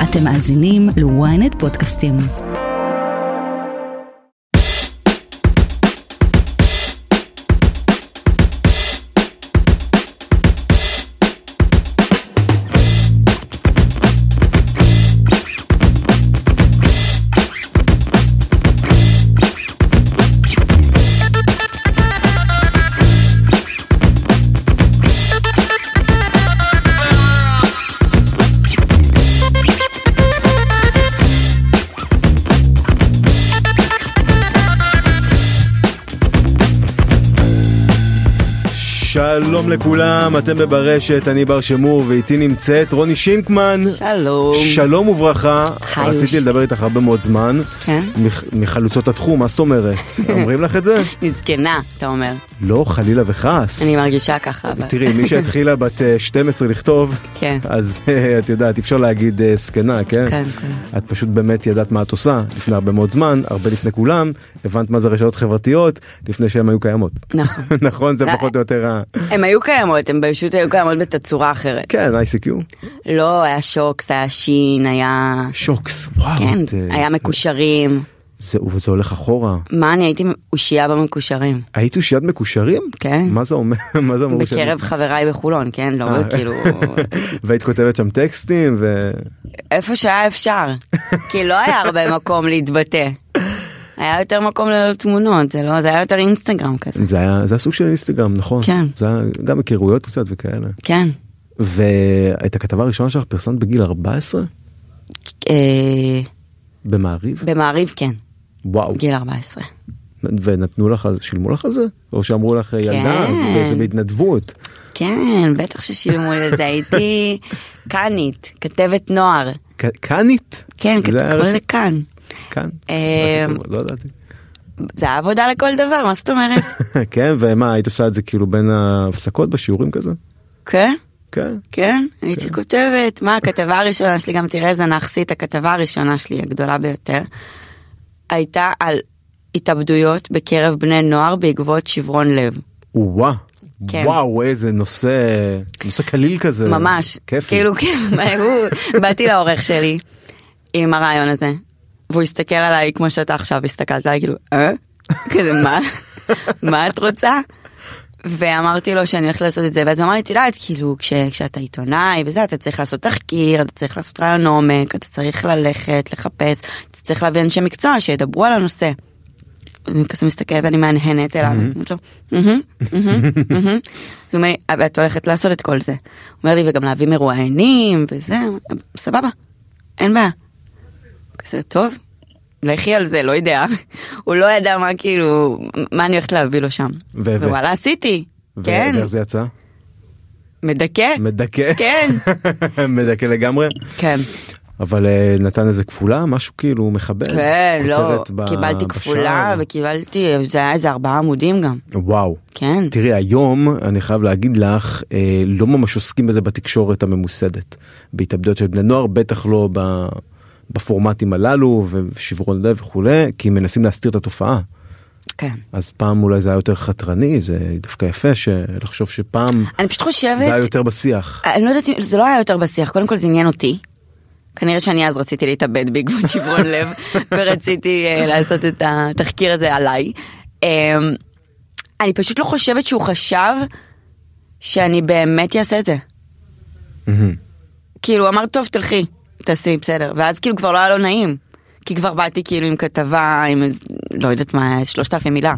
אתם מאזינים ל-ynet פודקאסטים. שלום לכולם, אתם בברשת, אני בר שמור ואיתי נמצאת רוני שינקמן. שלום. שלום וברכה. רציתי לדבר איתך הרבה מאוד זמן. כן? מחלוצות התחום, מה זאת אומרת? אומרים לך את זה? נזקנה, אתה אומר. לא, חלילה וחס. אני מרגישה ככה. תראי, מי שהתחילה בת 12 לכתוב, כן. אז את יודעת, אפשר להגיד סקנה, כן? כן, כן. את פשוט באמת ידעת מה את עושה לפני הרבה מאוד זמן, הרבה לפני כולם, הבנת מה זה רשתות חברתיות, לפני שהן היו קיימות. נכון. נכון, זה פחות או יותר הם היו קיימות, הם פשוט היו קיימות בתצורה אחרת. כן, ICQ. לא, היה שוקס, היה שין, היה... שוקס, וואו. כן, היה מקושרים. זה הולך אחורה. מה, אני הייתי אושייה במקושרים. היית אושיית מקושרים? כן. מה זה אומר? בקרב חבריי בחולון, כן? לא, כאילו... והיית כותבת שם טקסטים ו... איפה שהיה אפשר. כי לא היה הרבה מקום להתבטא. היה יותר מקום לתמונות, זה היה יותר אינסטגרם כזה. זה היה סוג של אינסטגרם, נכון. כן. זה היה גם היכרויות קצת וכאלה. כן. ואת הכתבה הראשונה שלך פרסמת בגיל 14? במעריב? במעריב, כן. וואו. גיל 14. ונתנו לך, שילמו לך זה? או שאמרו לך ילדה? זה בהתנדבות? כן, בטח ששילמו לזה. הייתי קנית, כתבת נוער. קנית? כן, קוראים לכאן. כאן? לא ידעתי. זה היה עבודה לכל דבר, מה זאת אומרת? כן, ומה, היית עושה את זה כאילו בין ההפסקות בשיעורים כזה? כן. כן? כן, הייתי כותבת. מה, הכתבה הראשונה שלי, גם תראה איזה נחסית, הכתבה הראשונה שלי, הגדולה ביותר, הייתה על התאבדויות בקרב בני נוער בעקבות שברון לב. וואו. וואו, איזה נושא קליל כזה. ממש. כיפי. כאילו, באתי לעורך שלי עם הרעיון הזה. והוא הסתכל עליי כמו שאתה עכשיו הסתכלת עליי, כאילו, כזה, מה את רוצה? ואמרתי לו שאני הולכת לעשות את זה, ואז הוא אמר לי, תדעת, כאילו, כשאתה עיתונאי וזה, אתה צריך לעשות תחקיר, אתה צריך לעשות רעיון עומק, אתה צריך ללכת, לחפש, אתה צריך להביא אנשי מקצוע שידברו על הנושא. אני כזה מסתכלת ואני מהנהנת אליו, אז הוא אומר לי, את הולכת לעשות את כל זה. הוא אומר לי, וגם להביא מרואיינים, וזה, סבבה, אין בעיה. כזה, טוב, לכי על זה, לא יודע. הוא לא ידע מה כאילו, מה אני הולכת להביא לו שם. ווואלה, עשיתי. כן. ואיך זה יצא? מדכא. מדכא? כן. מדכא לגמרי? כן. אבל נתן איזה כפולה, משהו כאילו מכבד. כן, לא, קיבלתי כפולה וקיבלתי, זה היה איזה 4 עמודים גם. וואו. כן. תראי, היום אני חייב להגיד לך, לא ממש עוסקים בזה בתקשורת הממוסדת. בהתאבדויות של בני נוער, בטח לא בפורמטים הללו ושברון לב וכו', כי מנסים להסתיר את התופעה. כן. אז פעם אולי זה היה יותר חתרני, זה דווקא יפה לחשוב שפעם אני פשוט חושבת, זה היה יותר בשיח. אני לא יודעת, זה לא היה יותר בשיח, קודם כל זה עניין אותי. כנראה שאני אז רציתי להתאבד בעקבות שברון לב, ורציתי לעשות את התחקיר הזה עליי. אני פשוט לא חושבת שהוא חשב שאני באמת אעשה את זה. כאילו, הוא אמר, טוב, תלכי, תעשי, בסדר. ואז כאילו כבר לא היה לו נעים. כי כבר באתי כאילו עם כתבה, עם לא יודעת מה, 3,000 מילה.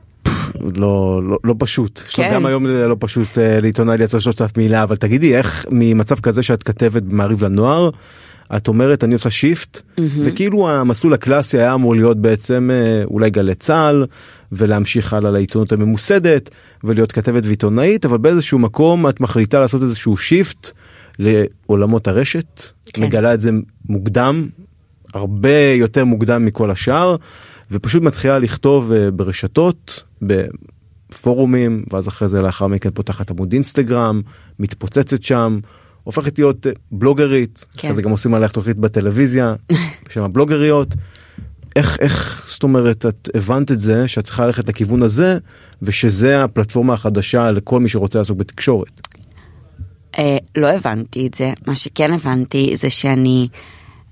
לא פשוט. כן. גם היום זה לא פשוט לעיתונאי לייצר 3,000 מילה, אבל תגידי, איך ממצב כזה שאת כתבת במעריב לנוער, את אומרת, אני עושה שיפט, וכאילו המסלול הקלאסי היה אמור להיות בעצם אולי גלי צהל, ולהמשיך הלאה לעיתונות הממוסדת, ולהיות כתבת ועיתונאית, אבל באיזשהו מקום את מחליטה לעשות איזשהו שיפט לעולמות הרשת, כן. מגלה את זה מוקדם, הרבה יותר מוקדם מכל השאר, ופשוט מתחילה לכתוב ברשתות, בפורומים, ואז אחרי זה לאחר מכן פותחת עמוד אינסטגרם, מתפוצצת שם, הופכת להיות בלוגרית, כן. אז גם עושים עליך תוכנית בטלוויזיה, בשם הבלוגריות. איך, זאת אומרת, את הבנת את זה, שאת צריכה ללכת לכיוון הזה, ושזה הפלטפורמה החדשה לכל מי שרוצה לעסוק בתקשורת? לא הבנתי את זה. מה שכן הבנתי זה שאני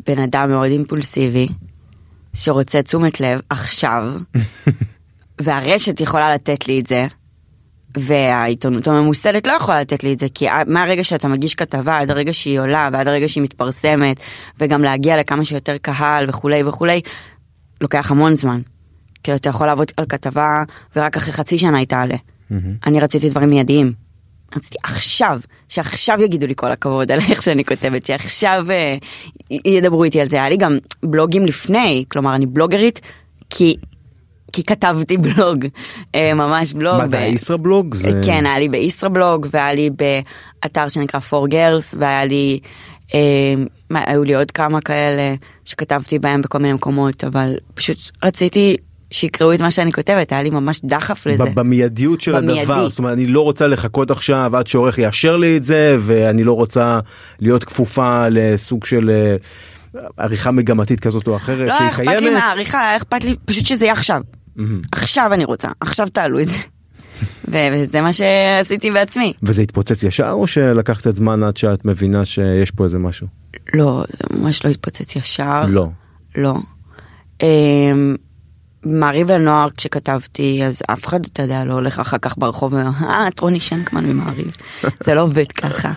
בן אדם מאוד אימפולסיבי, שרוצה תשומת לב עכשיו, והרשת יכולה לתת לי את זה, והעיתונות הממוסדת לא יכולה לתת לי את זה, כי מהרגע שאתה מגיש כתבה, עד הרגע שהיא עולה, ועד הרגע שהיא מתפרסמת, וגם להגיע לכמה שיותר קהל וכולי וכולי, לוקח המון זמן. כי אתה יכול לעבוד על כתבה, ורק אחרי חצי שנה היא תעלה. אני רציתי דברים מיידיים. רציתי עכשיו, שעכשיו יגידו לי כל הכבוד על איך שאני כותבת, שעכשיו ידברו איתי על זה. היה לי גם בלוגים לפני, כלומר אני בלוגרית, כי כתבתי בלוג, ממש בלוג. מה זה, הישראבלוג? כן, היה לי בישראבלוג, והיה לי באתר שנקרא 4Girls, והיה לי, היו לי עוד כמה כאלה שכתבתי בהם בכל מיני מקומות, אבל פשוט רציתי שיקראו את מה שאני כותבת, היה לי ממש דחף לזה. במיידיות של הדבר, זאת אומרת, אני לא רוצה לחכות עכשיו עד שעורך יאשר לי את זה, ואני לא רוצה להיות כפופה לסוג של עריכה מגמתית כזאת או אחרת שהיא קיימת. לא, אכפת לי מהעריכה, אכפת לי פשוט שזה יהיה עכשיו. עכשיו אני רוצה, עכשיו תעלו את זה. וזה מה שעשיתי בעצמי. וזה התפוצץ ישר או שלקחת זמן עד שאת מבינה שיש פה איזה משהו? לא, זה ממש לא התפוצץ ישר. לא. לא. מעריב לנוער כשכתבתי, אז אף אחד, אתה יודע, לא הולך אחר כך ברחוב ואומר, את רוני שנקמן ממעריב. זה לא עובד ככה.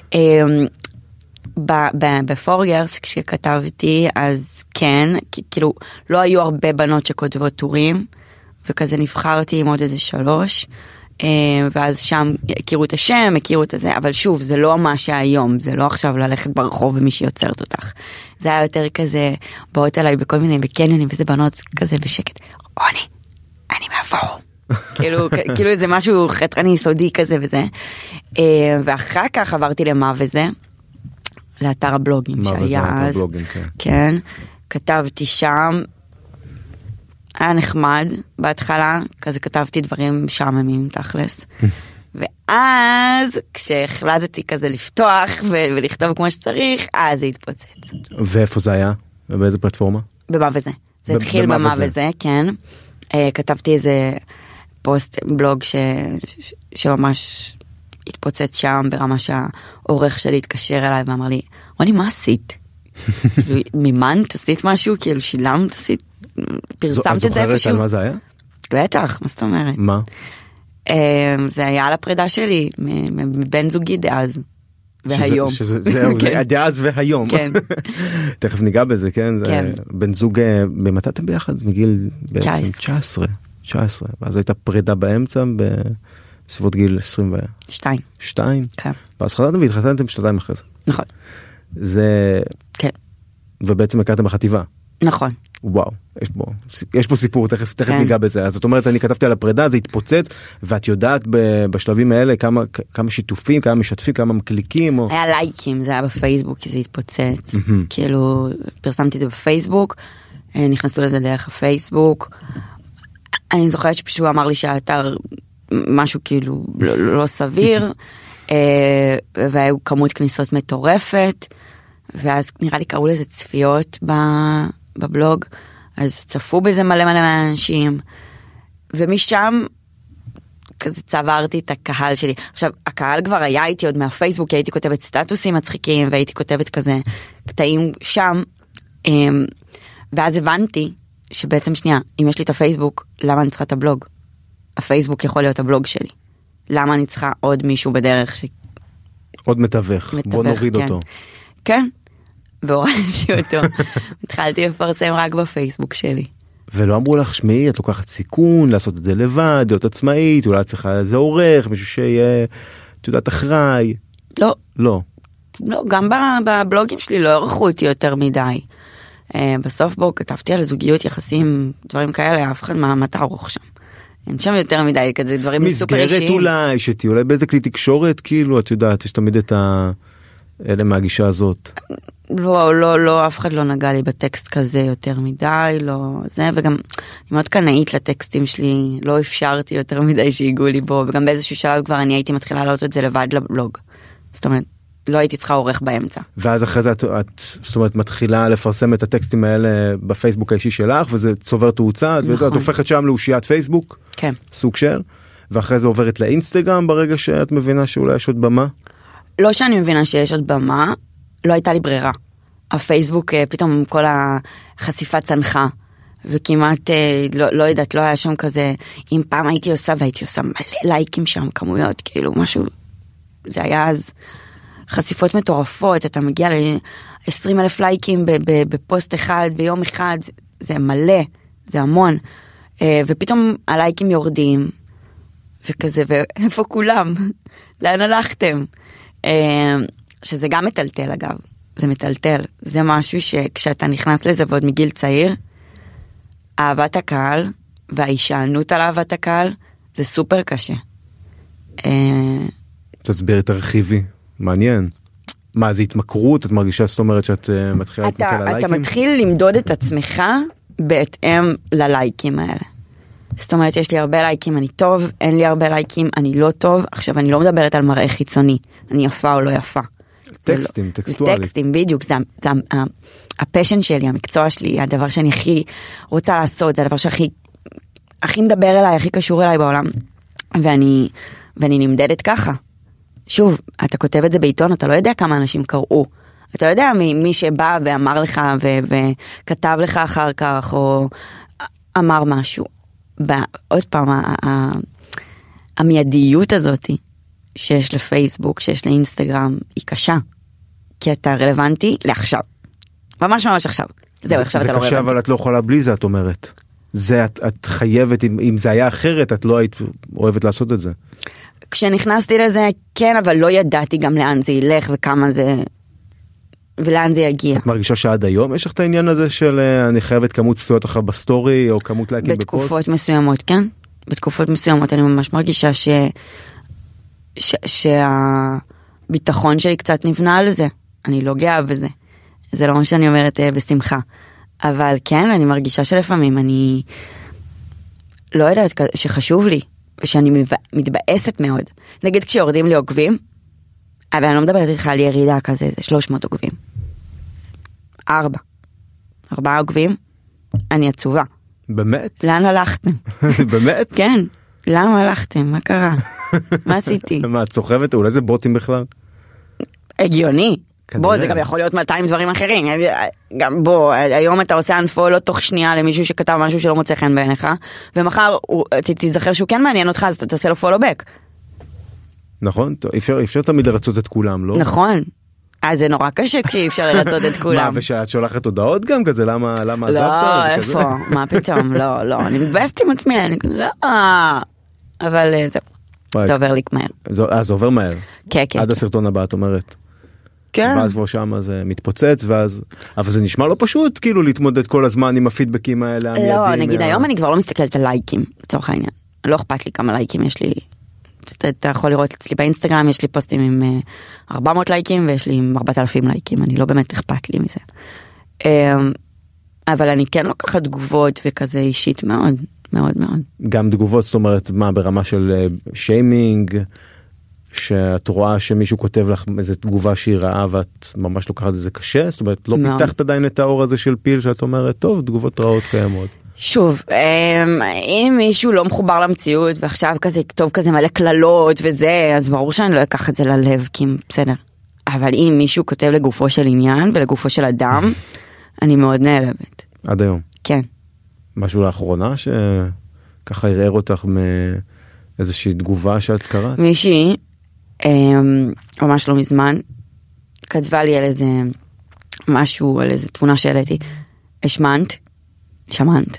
ב4Girls כשכתבתי, אז כן, כאילו, לא היו הרבה בנות שכותבות טורים, וכזה נבחרתי עם עוד איזה 3, ואז שם הכירו את השם, הכירו את זה, אבל שוב, זה לא מה שהיום, זה לא עכשיו ללכת ברחוב ומי שיוצרת אותך. זה היה יותר כזה, באות אליי בכל מיני, בקניונים, וזה בנות כזה בשקט, רוני, אני מהפורום. כאילו זה משהו חתרני סודי כזה וזה. ואחר כך עברתי למה וזה, לאתר הבלוגים שהיה אז. כן, כתבתי שם, היה נחמד בהתחלה, כזה כתבתי דברים משעממים תכלס. ואז כשהחלטתי כזה לפתוח ולכתוב כמו שצריך, אז זה התפוצץ. ואיפה זה היה? ובאיזה פלטפורמה? במה וזה. זה התחיל במה וזה, כן. כתבתי איזה פוסט, בלוג שממש התפוצץ שם, ברמה שהעורך שלי התקשר אליי ואמר לי, רוני, מה עשית? מימנת, עשית משהו? כאילו שילמת, עשית? פרסמת את זה איפשהו? את זוכרת על מה זה היה? בטח, מה זאת אומרת? מה? זה היה על הפרידה שלי, מבן זוגי דאז. והיום. זהו, דאז והיום. כן. תכף ניגע בזה, כן? כן. בן זוג, במתי אתם ביחד? מגיל בעצם 19. ואז הייתה פרידה באמצע בסביבות גיל 22. 2? כן. ואז חזרתם והתחתנתם 2 אחרי זה. נכון. זה... כן. ובעצם הכרתם בחטיבה. נכון. וואו, יש פה סיפור, תכף ניגע בזה. אז זאת אומרת, אני כתבתי על הפרידה, זה התפוצץ, ואת יודעת בשלבים האלה כמה שיתופים, כמה משתפים, כמה מקליקים. היה לייקים, זה היה בפייסבוק, כי זה התפוצץ. כאילו, פרסמתי את זה בפייסבוק, נכנסו לזה דרך הפייסבוק. אני זוכרת שפשוט אמר לי שהאתר משהו כאילו לא סביר, והיו כמות כניסות מטורפת, ואז נראה לי קראו לזה צפיות בבלוג, אז צפו בזה מלא אנשים, ומשם כזה צברתי את הקהל שלי. עכשיו, הקהל כבר היה איתי עוד מהפייסבוק, כי הייתי כותבת סטטוסים מצחיקים, והייתי כותבת כזה קטעים שם, ואז הבנתי שבעצם שנייה, אם יש לי את הפייסבוק, למה אני צריכה את הבלוג? הפייסבוק יכול להיות הבלוג שלי. למה אני צריכה עוד מישהו בדרך עוד מתווך, בוא נוריד אותו. כן, והורדתי אותו. התחלתי לפרסם רק בפייסבוק שלי. ולא אמרו לך, שמי, את לוקחת סיכון, לעשות את זה לבד, להיות עצמאית, אולי צריכה איזה עורך, מישהו שיהיה, תעודת אחראי. לא. לא. לא, גם בבלוגים שלי לא ערכו אותי יותר מדי. בסוף בו כתבתי על זוגיות, יחסים, דברים כאלה, אף אחד מה תערוך שם. אין שם יותר מדי כזה, דברים סופר אישיים. מסגרת אולי, שתהיה אולי באיזה כלי תקשורת, כאילו, את יודעת, יש תמיד את אלה מהגישה הזאת. לא, אף אחד לא נגע לי בטקסט כזה יותר מדי, לא, זה, וגם, אני מאוד קנאית לטקסטים שלי, לא אפשרתי יותר מדי שיגעו לי בו, וגם באיזשהו שלב כבר אני הייתי מתחילה לעלות את זה לבד לבלוג. זאת אומרת, לא הייתי צריכה עורך באמצע. ואז אחרי זה את זאת אומרת, מתחילה לפרסם את הטקסטים האלה בפייסבוק האישי שלך, וזה צובר תאוצה, נכון. ואת הופכת שם לאושיית פייסבוק, כן. סוג של, ואחרי זה עוברת לאינסטגרם ברגע שאת מבינה שאולי יש עוד במה? לא שאני מבינה שיש עוד במה, לא הייתה לי ברירה. הפייסבוק פתאום כל החשיפה צנחה, וכמעט, לא יודעת, לא היה שם כזה, אם פעם הייתי עושה מלא לייקים שם, כמויות, כאילו משהו, זה היה אז חשיפות מטורפות, אתה מגיע ל-20,000 לייקים בפוסט אחד, ביום אחד, זה מלא, זה המון, ופתאום הלייקים יורדים, וכזה, ואיפה כולם? לאן הלכתם? שזה גם מטלטל אגב, זה מטלטל, זה משהו שכשאתה נכנס לזה ועוד מגיל צעיר, אהבת הקהל וההישענות על אהבת הקהל זה סופר קשה. תסביר את הרכיבי, מעניין. מה, זה התמכרות? את מרגישה, זאת אומרת שאת מתחילה להתמקל על לייקים? אתה מתחיל למדוד את עצמך בהתאם ללייקים האלה. זאת אומרת, יש לי הרבה לייקים, אני טוב, אין לי הרבה לייקים, אני לא טוב. עכשיו, אני לא מדברת על מראה חיצוני, אני יפה או לא יפה. טקסטים, טקסטואלי. טקסטים, בדיוק, זה הפשן שלי, המקצוע שלי, הדבר שאני הכי רוצה לעשות, זה הדבר שהכי מדבר אליי, הכי קשור אליי בעולם. ואני נמדדת ככה. שוב, אתה כותב את זה בעיתון, אתה לא יודע כמה אנשים קראו. אתה יודע מי שבא ואמר לך וכתב לך אחר כך, או אמר משהו. עוד פעם, המיידיות הזאת שיש לפייסבוק, שיש לאינסטגרם, היא קשה. כי אתה רלוונטי לעכשיו. ממש עכשיו. זהו, עכשיו אתה לא רלוונטי. זה קשה, אבל את לא יכולה בלי זה, את אומרת. זה את חייבת, אם זה היה אחרת, את לא היית אוהבת לעשות את זה. כשנכנסתי לזה, כן, אבל לא ידעתי גם לאן זה ילך וכמה זה, ולאן זה יגיע. את מרגישה שעד היום יש לך את העניין הזה של אני חייבת כמות צפיות אחר בסטורי, או כמות לייקים בפוסט? בתקופות מסוימות, כן. בתקופות מסוימות אני ממש מרגישה שהביטחון שלי קצת נבנה על זה. אני לא גאה בזה. זה לא מה שאני אומרת בשמחה. אבל כן, אני מרגישה שלפעמים אני לא יודעת שחשוב לי, ושאני מתבאסת מאוד. נגיד כשיורדים לי עוקבים, אבל אני לא מדברת איתך על ירידה כזה, זה 300 עוקבים. 4 עוקבים, אני עצובה. באמת? לאן הלכתם? באמת? כן, למה הלכתם? מה קרה? מה עשיתי? מה, את סוחבת? אולי זה בוטים בכלל? הגיוני. בוא, זה גם יכול להיות 200 דברים אחרים. גם בוא, היום אתה עושה unfollow תוך שנייה למישהו שכתב משהו שלא מוצא חן בעיניך, ומחר תזכר שהוא כן מעניין אותך, אז אתה תעשה לו follow back. נכון, אפשר תמיד לרצות את כולם, לא? נכון. אז זה נורא קשה כשאי אפשר לרצות את כולם. מה, ושאת שולחת הודעות גם כזה? למה עזבת? לא, איפה? מה פתאום? לא, אני מתבאסת עם עצמי, אני כזה, לא. אבל זה עובר לי מהר. זה עובר מהר? כן. עד הסרטון הבא, את אומרת. כן. ואז בו שם זה מתפוצץ, ואז... אבל זה נשמע לא פשוט, כאילו, להתמודד כל הזמן עם הפידבקים האלה, המיידים. לא, נגיד, היום אני כבר לא מסתכלת על לייקים, לצורך העניין. לא אכפת לי כמה לייקים יש לי. אתה יכול לראות אצלי באינסטגרם, יש לי פוסטים עם 400 לייקים, ויש לי עם 4,000 לייקים. אני לא באמת אכפת לי מזה. אבל אני כן לוקחת תגובות, וכזה אישית מאוד, מאוד מאוד. גם תגובות, זאת אומרת, מה, ברמה של שיימינג, שאת רואה שמישהו כותב לך איזו תגובה שהיא רעה ואת ממש לוקחת את זה קשה? זאת אומרת, לא פיתחת עדיין את האור הזה של פיל שאת אומרת, טוב, תגובות רעות קיימות. שוב, אם מישהו לא מחובר למציאות ועכשיו כזה כתוב כזה מלא כללות וזה, אז ברור שאני לא אקח את זה ללב, כי בסדר. אבל אם מישהו כותב לגופו של עניין ולגופו של אדם, אני מאוד נעלבת. עד היום? כן. משהו לאחרונה שככה יראה אותך מאיזושהי תגובה שאת קראת? מישהי, ממש לא מזמן, כתבה לי על איזה משהו, על איזה תמונה שהעליתי, שמנת,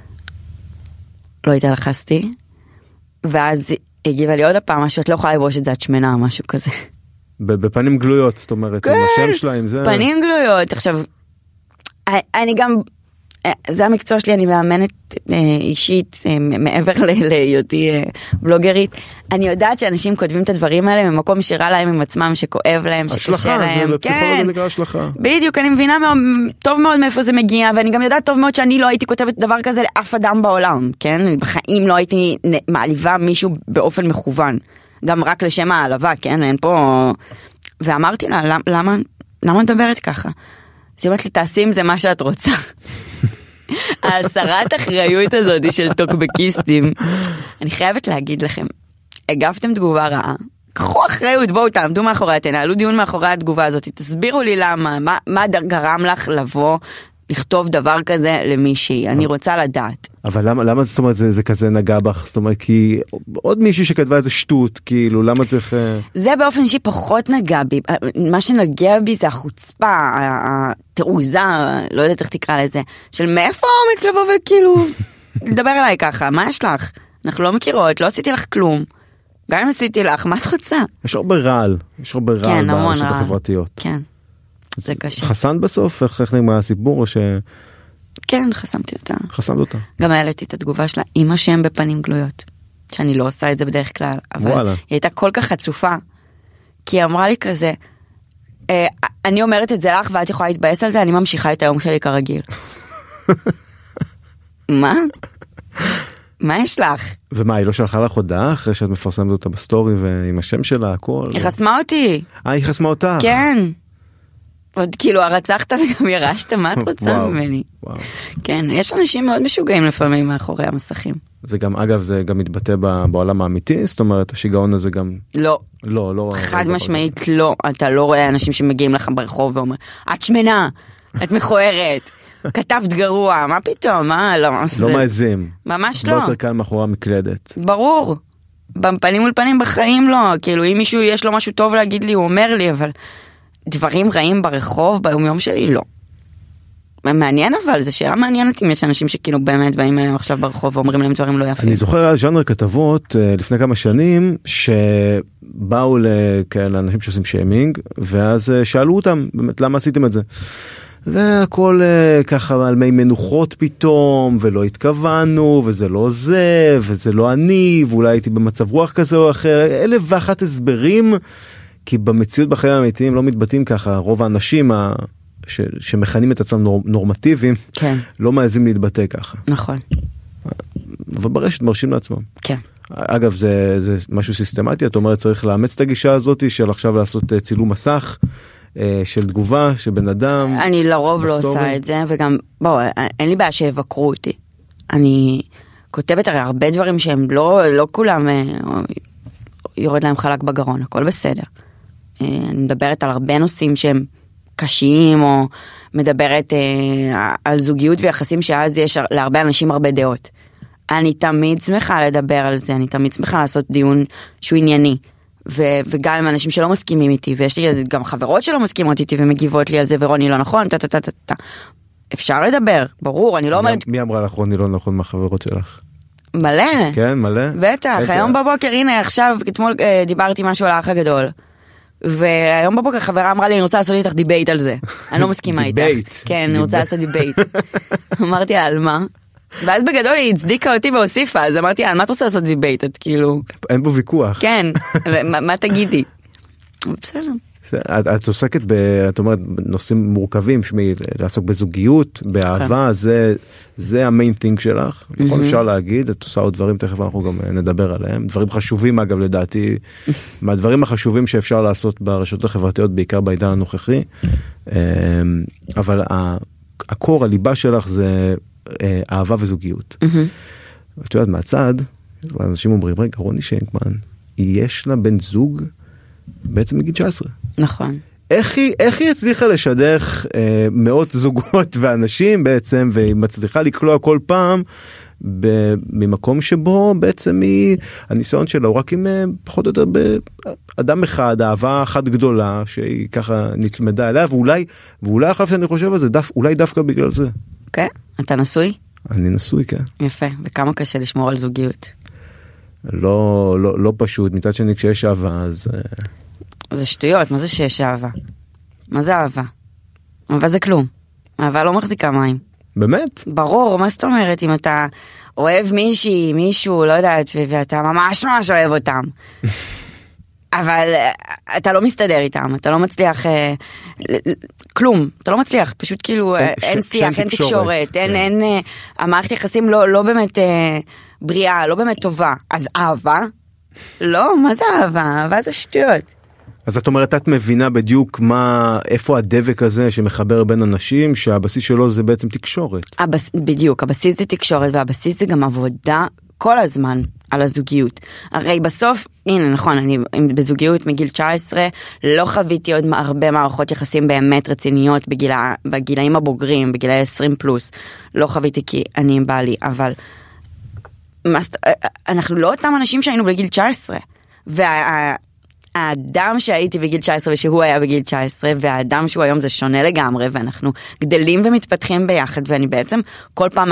לא התלחסתי, ואז הגיבה לי עוד הפעם, משהו, את לא יכולה לבוש את זה, את שמנה, משהו כזה. בפנים גלויות, זאת אומרת, עם השם שלה, עם זה... פנים גלויות, עכשיו, אני גם, זה המקצוע שלי, אני מאמנת אישית, מעבר להיותי בלוגרית, אני יודעת שאנשים כותבים את הדברים האלה ממקום שרע להם עם עצמם, שכואב להם, שקשה להם. זה בפסיכולוגיה זה קרה השלכה. בדיוק, אני מבינה טוב מאוד מאיפה זה מגיע, ואני גם יודעת טוב מאוד שאני לא הייתי כותבת דבר כזה לאף אדם בעולם, כן? בחיים לא הייתי מעליבה מישהו באופן מכוון, גם רק לשם העלבה, כן? אין פה... ואמרתי לה, למה מדברת ככה? אז היא אומרת לי, תעשי עם זה מה שאת רוצה. הסרת אחריות הזאת של טוקבקיסטים. אני חייבת להגיד לכם, הגבתם תגובה רעה, קחו אחריות, בואו תעמדו מאחורי, תנהלו דיון מאחורי התגובה הזאת, תסבירו לי למה, מה גרם לך לבוא, לכתוב דבר כזה למישהי, אני רוצה לדעת. אבל למה זאת אומרת זה כזה נגע בך? זאת אומרת, כי עוד מישהי שכתבה איזה שטות, כאילו, למה צריך... זה באופן אישי פחות נגע בי, מה שנגע בי זה החוצפה, התעוזה, לא יודעת איך תקרא לזה, של מאיפה האומץ לבוא וכאילו, לדבר אליי ככה, מה יש לך? אנחנו לא מכירות, לא עשיתי לך כלום. גם אם עשיתי לך, מה את רוצה? יש הרבה רעל, כן, ברשתות החברתיות. כן, זה קשה. חסנת בסוף? איך נגמר הסיפור או ש... כן, חסמתי אותה. חסמת אותה. גם העליתי את התגובה שלה עם השם בפנים גלויות. שאני לא עושה את זה בדרך כלל. אבל היא הייתה כל כך חצופה. כי היא אמרה לי כזה, אני אומרת את זה לך ואת יכולה להתבאס על זה, אני ממשיכה את היום שלי כרגיל. מה? מה יש לך? ומה, היא לא שלחה לך הודעה אחרי שאת מפרסמת אותה בסטורי ועם השם שלה, הכל? היא חסמה אותי. היא חסמה אותך? כן. עוד כאילו הרצחת וגם ירשת, מה את רוצה ממני? כן, יש אנשים מאוד משוגעים לפעמים מאחורי המסכים. זה גם, אגב, זה גם מתבטא בעולם האמיתי? זאת אומרת, השיגעון הזה גם... לא. לא. חד משמעית לא. אתה לא רואה אנשים שמגיעים לך ברחוב ואומר, את שמנה, את מכוערת. כתבת גרוע, מה פתאום? מה? לא מעזים. ממש לא. לא יותר קל מאחורי המקלדת. ברור. בפנים מול פנים בחיים לא. כאילו, אם מישהו יש לו משהו טוב להגיד לי, הוא אומר לי, אבל דברים רעים ברחוב, ביום שלי, לא. מעניין אבל, זו שאלה מעניינת אם יש אנשים שכאילו באמת באים אליהם עכשיו ברחוב ואומרים להם דברים לא יפים. אני זוכר ז'אנר כתבות לפני כמה שנים שבאו לאנשים שעושים שיימינג, ואז שאלו אותם, באמת, למה עשיתם את זה? והכל ככה על מי מנוחות פתאום, ולא התכוונו, וזה לא זה, וזה לא אני, ואולי הייתי במצב רוח כזה או אחר, 1,001 הסברים, כי במציאות בחיים האמיתיים לא מתבטאים ככה, רוב האנשים שמכנים את עצמם נורמטיביים, כן. לא מעזים להתבטא ככה. נכון. וברשת מרשים לעצמם. כן. אגב, זה משהו סיסטמטי, את אומרת, צריך לאמץ את הגישה הזאת של עכשיו לעשות צילום מסך, של תגובה, שבן אדם... אני לרוב לא עושה את זה, וגם, בואו, אין לי בעיה שיבקרו אותי. אני כותבת הרי הרבה דברים שהם לא כולם יורד להם חלק בגרון, הכל בסדר. אני מדברת על הרבה נושאים שהם קשיים, או מדברת על זוגיות ויחסים שאז יש להרבה אנשים הרבה דעות. אני תמיד שמחה לדבר על זה, אני תמיד שמחה לעשות דיון שהוא ענייני. וגם עם אנשים שלא מסכימים איתי, ויש לי גם חברות שלא מסכימות איתי ומגיבות לי על זה, ורוני לא נכון, אפשר לדבר, ברור, אני לא אומרת... מי אמרה לך רוני לא נכון מהחברות שלך? מלא. כן, מלא. בטח, היום בבוקר, הנה עכשיו, אתמול דיברתי משהו על האח הגדול, והיום בבוקר חברה אמרה לי, אני רוצה לעשות איתך דיבייט על זה, אני לא מסכימה איתך. כן, אני רוצה לעשות דיבייט. אמרתי לה, על מה? ואז בגדול היא הצדיקה אותי והוסיפה, אז אמרתי, על מה את רוצה לעשות דיבייט? את כאילו... אין בו ויכוח. כן, מה תגידי? בסדר. את עוסקת את אומרת, נושאים מורכבים, לעסוק בזוגיות, באהבה, זה המיין טינג שלך. נכון, אפשר להגיד, את עושה עוד דברים, תכף אנחנו גם נדבר עליהם. דברים חשובים, אגב, לדעתי, מהדברים החשובים שאפשר לעשות ברשתות החברתיות, בעיקר בעידן הנוכחי. אבל הקור, הליבה שלך זה אהבה וזוגיות. ואת יודעת, מהצד, אנשים אומרים, רגע, רוני שיינקמן, יש לה בן זוג בעצם מגיל 19. נכון. איך היא הצליחה לשדך מאות זוגות ואנשים בעצם, והיא מצליחה לקלוע כל פעם ממקום שבו בעצם הניסיון שלה הוא רק עם פחות או יותר באדם אחד, אהבה אחת גדולה שהיא ככה נצמדה אליה, ואולי אחר שאני חושב על זה, אולי דווקא בגלל זה. כן? אתה נשוי? אני נשוי, כן. יפה, וכמה קשה לשמור על זוגיות? לא פשוט, מצד שני כשיש אהבה אז... זה שטויות, מה זה שיש אהבה? מה זה אהבה? אהבה זה כלום. אהבה לא מחזיקה מים. באמת? ברור, מה זאת אומרת אם אתה אוהב מישהו, לא יודעת, ואתה ממש אוהב אותם. אבל אתה לא מסתדר איתם, אתה לא מצליח כלום, אתה לא מצליח, פשוט כאילו אין שיח, אין תקשורת, אין המערכת יחסים לא באמת בריאה, לא באמת טובה. אז אהבה? לא, מה זה אהבה? אהבה זה שטויות. אז את אומרת, את מבינה בדיוק איפה הדבק הזה שמחבר בין אנשים, שהבסיס שלו זה בעצם תקשורת. בדיוק, הבסיס זה תקשורת, והבסיס זה גם עבודה כל הזמן על הזוגיות. הרי בסוף, הנה נכון, אני בזוגיות מגיל 19, לא חוויתי עוד הרבה מערכות יחסים באמת רציניות בגילאים הבוגרים, בגילאי 20 פלוס. לא חוויתי כי אני עם בעלי, אבל אנחנו לא אותם אנשים שהיינו בגיל 19. והאדם שהייתי בגיל 19 ושהוא היה בגיל 19, והאדם שהוא היום זה שונה לגמרי, ואנחנו גדלים ומתפתחים ביחד, ואני בעצם כל פעם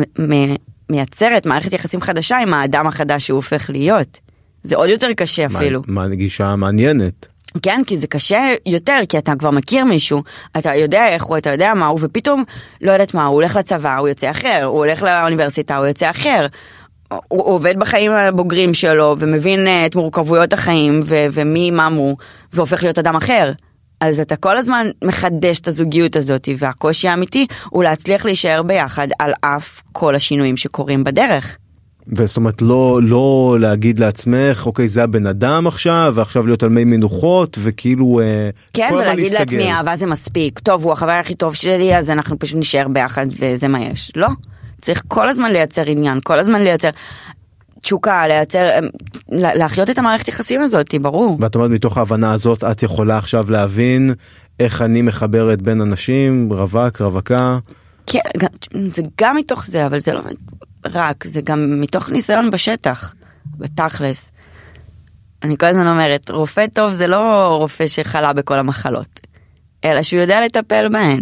מייצרת מערכת יחסים חדשה עם האדם החדש שהוא הופך להיות. זה עוד יותר קשה אפילו. מה גישה מעניינת? כן, כי זה קשה יותר, כי אתה כבר מכיר מישהו, אתה יודע איך הוא, אתה יודע מה הוא, ופתאום לא יודעת מה, הוא הולך לצבא, הוא יוצא אחר, הוא הולך לאוניברסיטה, הוא יוצא אחר. הוא עובד בחיים הבוגרים שלו, ומבין את מורכבויות החיים, ומי מה מו, והופך להיות אדם אחר. אז אתה כל הזמן מחדש את הזוגיות הזאת, והקושי האמיתי הוא להצליח להישאר ביחד על אף כל השינויים שקורים בדרך. וזאת אומרת, לא להגיד לעצמך, אוקיי, זה הבן אדם עכשיו, ועכשיו להיות על מי מנוחות, וכאילו כן, ולהגיד לעצמי, אהבה זה מספיק, טוב, הוא החבר הכי טוב שלי, אז אנחנו פשוט נשאר ביחד, וזה מה יש. לא. צריך כל הזמן לייצר עניין, כל הזמן לייצר תשוקה, להחיות את המערכת יחסים הזאת, ברור. ואת אומרת, מתוך ההבנה הזאת, את יכולה עכשיו להבין איך אני מחברת בין אנשים, רווק, רווקה? כן, זה גם מתוך זה, אבל זה לא רק, זה גם מתוך ניסיון בשטח, בתכלס. אני כל הזמן אומרת, רופא טוב זה לא רופא שחלה בכל המחלות, אלא שהוא יודע לטפל בהן.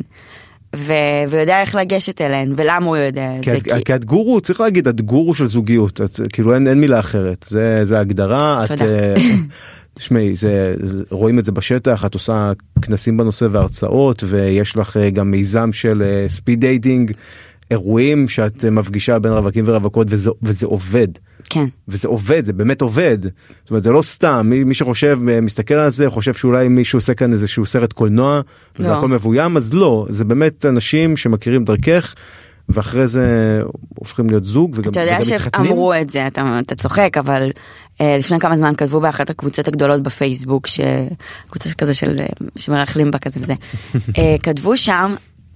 ויודע איך לגשת אליהן, ולמה הוא יודע את זה? כי את גורו, צריך להגיד, את גורו של זוגיות, כאילו אין מילה אחרת, זה ההגדרה. תודה. שמי, רואים את זה בשטח, את עושה כנסים בנושא והרצאות, ויש לך גם מיזם של ספיד דייטינג, אירועים שאת מפגישה בין רווקים ורווקות, וזה עובד. כן. וזה עובד, זה באמת עובד. זאת אומרת, זה לא סתם, מי שחושב, מסתכל על זה, חושב שאולי מישהו עושה כאן איזשהו סרט קולנוע, וזה הכל מבוים, אז לא, זה באמת אנשים שמכירים דרכך, ואחרי זה הופכים להיות זוג, וגם מתחתנים. אתה יודע שאמרו את זה, אתה צוחק, אבל לפני כמה זמן כתבו באחת הקבוצות הגדולות בפייסבוק, קבוצה כזה שמרחלים בה כזה וזה, כתבו שם,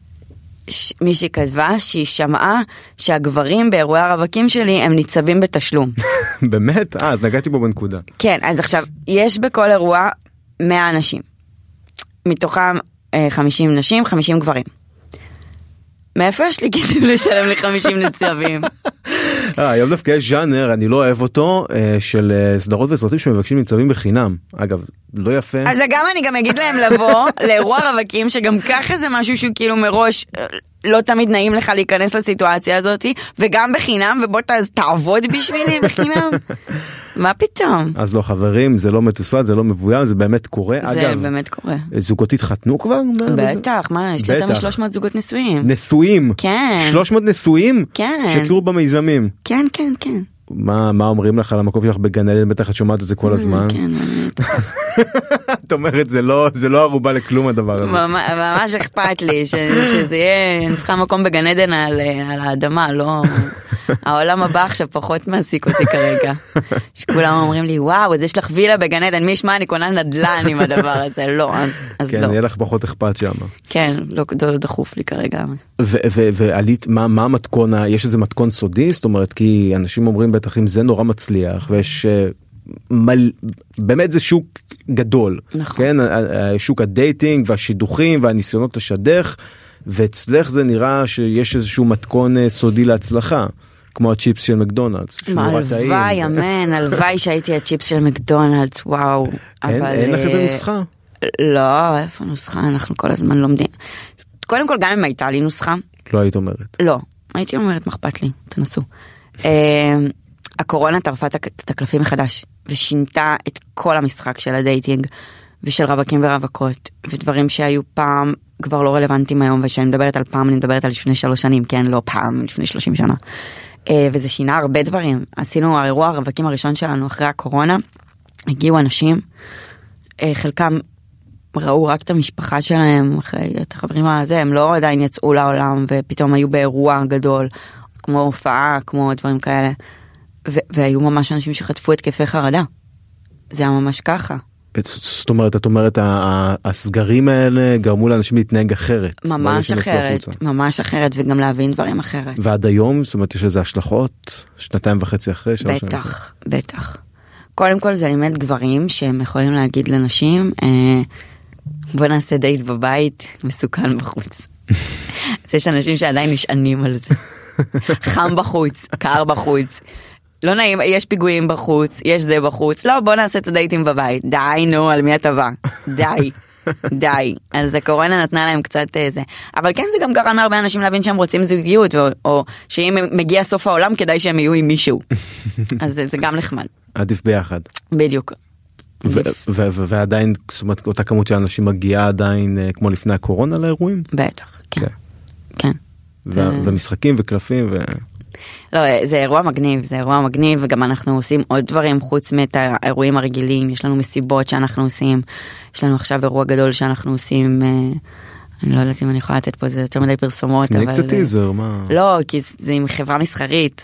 מישהי כתבה שהיא שמעה שהגברים באירועי הרווקים שלי הם ניצבים בתשלום. באמת? אז נגעתי בו בנקודה. כן, אז עכשיו, יש בכל אירוע 100 אנשים. מתוכם 50 נשים, 50 גברים. מאיפה יש לי כסף לשלם ל50 ניצבים? היום דווקא יש ז'אנר, אני לא אוהב אותו, של סדרות וסרטים שמבקשים ניצבים בחינם. אגב, לא יפה. אז גם אני גם אגיד להם לבוא לאירוע רווקים, שגם ככה זה משהו שהוא כאילו מראש לא תמיד נעים לך להיכנס לסיטואציה הזאת, וגם בחינם, ובוא תעבוד בשבילי בחינם. מה פתאום? אז לא חברים, זה לא מתוסרט, זה לא מבוים, זה באמת קורה. זה באמת קורה. זוגות התחתנו כבר? בטח, מה? יש לי יותר מ-300 זוגות נשואים. נשואים? כן. 300 נשואים? כן. שהכירו במיזמים? כן, כן, כן. מה אומרים לך על המקום שלך בגן עדן? בטח את שומעת את זה כל הזמן. כן, באמת. את אומרת, זה לא ערובה לכלום הדבר הזה. ממש אכפת לי שזה יהיה, אני צריכה מקום בגן עדן על האדמה, לא... העולם הבא עכשיו פחות מעסיק אותי כרגע. שכולם אומרים לי, וואו, אז יש לך וילה בגן עדן, מי ישמע, אני קונה נדל"ן עם הדבר הזה. לא, אז לא. כן, יהיה לך פחות אכפת שם. כן, לא דחוף לי כרגע. ועלית, מה המתכון, יש איזה מתכון סודי? זאת אומרת, כי אנשים אומרים בטח אם זה נורא מצליח, ויש... באמת זה שוק גדול. נכון. כן, שוק הדייטינג והשידוכים והניסיונות לשדך, ואצלך זה נראה שיש איזשהו מתכון סודי להצלחה, כמו הצ'יפס של מקדונלדס. הלוואי, אמן, הלוואי שהייתי הצ'יפס של מקדונלדס, וואו. אין לך איזה נוסחה? לא, איפה נוסחה? אנחנו כל הזמן לומדים. קודם כל, גם אם הייתה לי נוסחה. לא היית אומרת. לא, הייתי אומרת, מה אכפת לי, תנסו. הקורונה טרפה את הקלפים מחדש, ושינתה את כל המשחק של הדייטינג, ושל רווקים ורווקות, ודברים שהיו פעם כבר לא רלוונטיים היום, ושאני מדברת על פעם, אני מדברת על לפני 3 שנים, כן, לא פעם, לפני 30 שנה. וזה שינה הרבה דברים. עשינו האירוע הרווקים הראשון שלנו אחרי הקורונה, הגיעו אנשים, חלקם ראו רק את המשפחה שלהם, את החברים הזה, הם לא עדיין יצאו לעולם, ופתאום היו באירוע גדול, כמו הופעה, כמו דברים כאלה. והיו ממש אנשים שחטפו התקפי חרדה. זה היה ממש ככה. זאת אומרת, את אומרת, הסגרים האלה גרמו לאנשים להתנהג אחרת. ממש אחרת, ממש אחרת, וגם להבין דברים אחרת. ועד היום, זאת אומרת, יש לזה השלכות, 2.5 אחרי, 3 שנים. בטח, בטח. קודם כל זה לימד גברים שהם יכולים להגיד לנשים, בוא נעשה דייט בבית, מסוכן בחוץ. אז יש אנשים שעדיין נשענים על זה. חם בחוץ, קר בחוץ. לא נעים, יש פיגועים בחוץ, יש זה בחוץ. לא, בוא נעשה את הדייטים בבית. די, נו, על מי אתה בא? די. די. אז הקורונה נתנה להם קצת זה. אבל כן, זה גם גרם להרבה אנשים להבין שהם רוצים זוגיות, או שאם מגיע סוף העולם, כדאי שהם יהיו עם מישהו. אז זה גם נחמד. עדיף ביחד. בדיוק. ועדיין, זאת אומרת, אותה כמות של אנשים מגיעה עדיין כמו לפני הקורונה לאירועים? בטח, כן. כן. ומשחקים וקלפים לא, זה אירוע מגניב, זה אירוע מגניב, וגם אנחנו עושים עוד דברים חוץ מהאירועים הרגילים, יש לנו מסיבות שאנחנו עושים, יש לנו עכשיו אירוע גדול שאנחנו עושים, אני לא יודעת אם אני יכולה לתת פה איזה יותר מדי פרסומות, אבל... קצת טיזר, מה? לא, כי זה עם חברה מסחרית,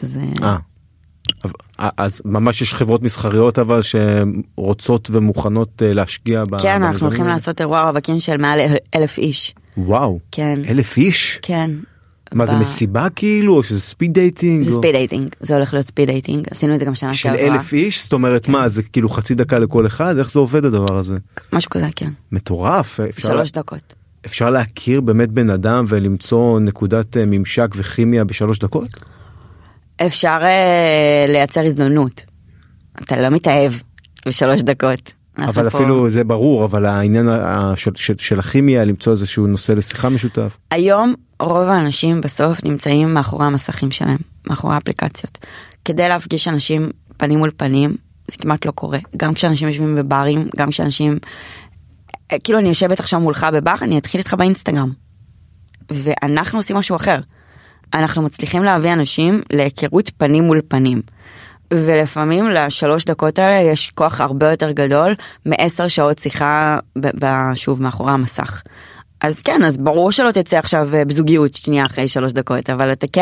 אז ממש יש חברות מסחריות אבל שרוצות ומוכנות להשקיע כן, אנחנו הולכים לעשות אירוע רווקים של מעל 1,000 איש. וואו, כן. 1,000 איש? כן. מה זה מסיבה כאילו או שזה ספיד דייטינג? זה ספיד דייטינג, זה הולך להיות ספיד דייטינג, עשינו את זה גם שנה שעברה. של 1,000 איש? זאת אומרת מה, זה כאילו חצי דקה לכל אחד? איך זה עובד הדבר הזה? משהו כזה, כן. מטורף. 3 דקות. אפשר להכיר באמת בן אדם ולמצוא נקודת ממשק וכימיה ב3 דקות? אפשר לייצר הזדמנות. אתה לא מתאהב ב3 דקות. אבל אפילו זה ברור, אבל העניין של הכימיה, למצוא איזשהו נושא לשיחה משותף. היום רוב האנשים בסוף נמצאים מאחורי המסכים שלהם, מאחורי האפליקציות. כדי להפגיש אנשים פנים מול פנים, זה כמעט לא קורה. גם כשאנשים יושבים בברים, גם כשאנשים... כאילו אני יושבת עכשיו מולך בבר, אני אתחיל איתך באינסטגרם. ואנחנו עושים משהו אחר. אנחנו מצליחים להביא אנשים להיכרות פנים מול פנים. ולפעמים ל3 דקות האלה יש כוח הרבה יותר גדול מ10 שעות שיחה שוב מאחורי המסך. אז כן, אז ברור שלא תצא עכשיו בזוגיות שנייה אחרי 3 דקות, אבל אתה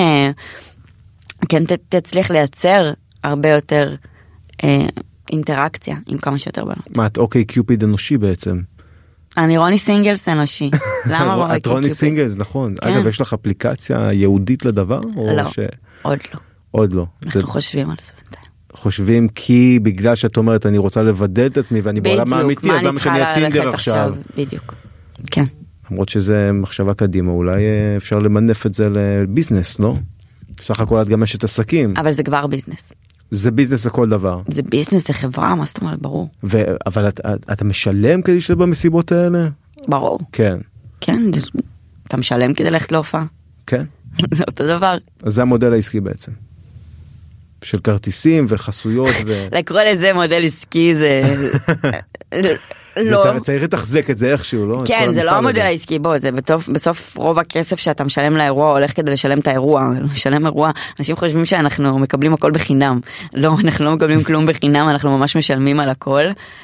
כן תצליח לייצר הרבה יותר אינטראקציה עם כמה שיותר בנות. מה, את אוקיי קיופיד אנושי בעצם? אני רוני סינגלס אנושי. למה רוני קיופיד? את רוני סינגלס, נכון. אגב, יש לך אפליקציה ייעודית לדבר? לא, עוד לא. עוד לא. אנחנו חושבים על זה בינתיים. חושבים כי בגלל שאת אומרת אני רוצה לבדל את עצמי ואני בעולם האמיתי, אז למה שאני אטינדר עכשיו? בדיוק, כן. למרות שזה מחשבה קדימה, אולי אפשר למנף את זה לביזנס, לא? סך הכל את גם אשת עסקים. אבל זה כבר ביזנס. זה ביזנס לכל דבר. זה ביזנס, זה חברה, מה זאת אומרת, ברור. אבל אתה משלם כדי שזה במסיבות האלה? ברור. כן. כן, אתה משלם כדי ללכת להופעה. כן. זה אותו דבר. אז זה המודל העסקי בעצם. של כרטיסים וחסויות לקרוא לזה מודל עסקי זה לא. צריך לתחזק את זה איכשהו, לא? כן, זה לא המודל העסקי, בוא, זה בסוף רוב הכסף שאתה משלם לאירוע הולך כדי לשלם את האירוע, לשלם אירוע, אנשים חושבים שאנחנו מקבלים הכל בחינם, לא, אנחנו לא מקבלים כלום בחינם, אנחנו ממש משלמים על הכל.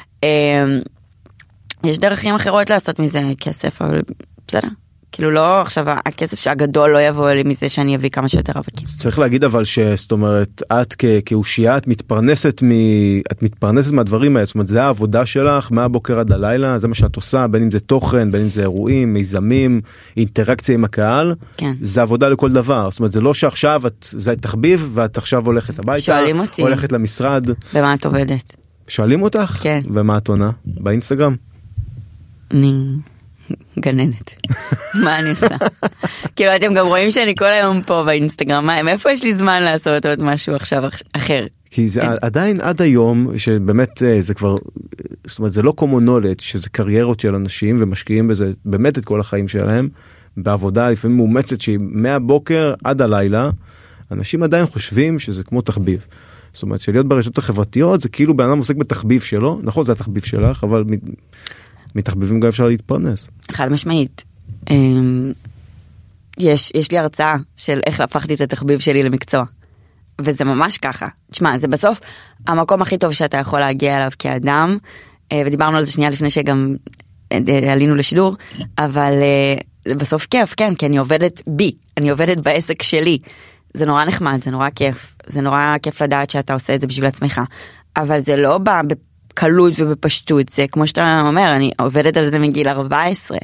יש דרכים אחרות לעשות מזה כסף, אבל בסדר. כאילו לא, עכשיו הכסף שהגדול לא יבוא לי מזה שאני אביא כמה שיותר רווקים. צריך להגיד אבל זאת אומרת, את כאושייה, את מתפרנסת מהדברים האלה, זאת אומרת, זה העבודה שלך מהבוקר עד הלילה, זה מה שאת עושה, בין אם זה תוכן, בין אם זה אירועים, מיזמים, אינטראקציה עם הקהל, כן. זה עבודה לכל דבר, זאת אומרת, זה לא שעכשיו זה תחביב, ואת עכשיו הולכת הביתה, הולכת למשרד. במה את עובדת? שואלים אותך? כן. ומה את עונה? באינסטגרם? גננת. מה אני עושה? כאילו אתם גם רואים שאני כל היום פה באינסטגרם, מאיפה יש לי זמן לעשות עוד משהו עכשיו אחר? כי זה עדיין עד היום שבאמת זה כבר, זאת אומרת זה לא common knowledge שזה קריירות של אנשים ומשקיעים בזה באמת את כל החיים שלהם בעבודה לפעמים מאומצת שהיא מהבוקר עד הלילה, אנשים עדיין חושבים שזה כמו תחביב. זאת אומרת שלהיות ברשתות החברתיות זה כאילו בן אדם עוסק בתחביב שלו, נכון זה התחביב שלך אבל מתחביבים גם אפשר להתפרנס. חד משמעית. יש לי הרצאה של איך הפכתי את התחביב שלי למקצוע. וזה ממש ככה. תשמע, זה בסוף המקום הכי טוב שאתה יכול להגיע אליו כאדם, ודיברנו על זה שנייה לפני שגם עלינו לשידור, אבל זה בסוף כיף, כן, כי אני עובדת בי, אני עובדת בעסק שלי. זה נורא נחמד, זה נורא כיף. זה נורא כיף לדעת שאתה עושה את זה בשביל עצמך. אבל זה לא בא בקלות ובפשטות, זה כמו שאתה אומר, אני עובדת על זה מגיל 14,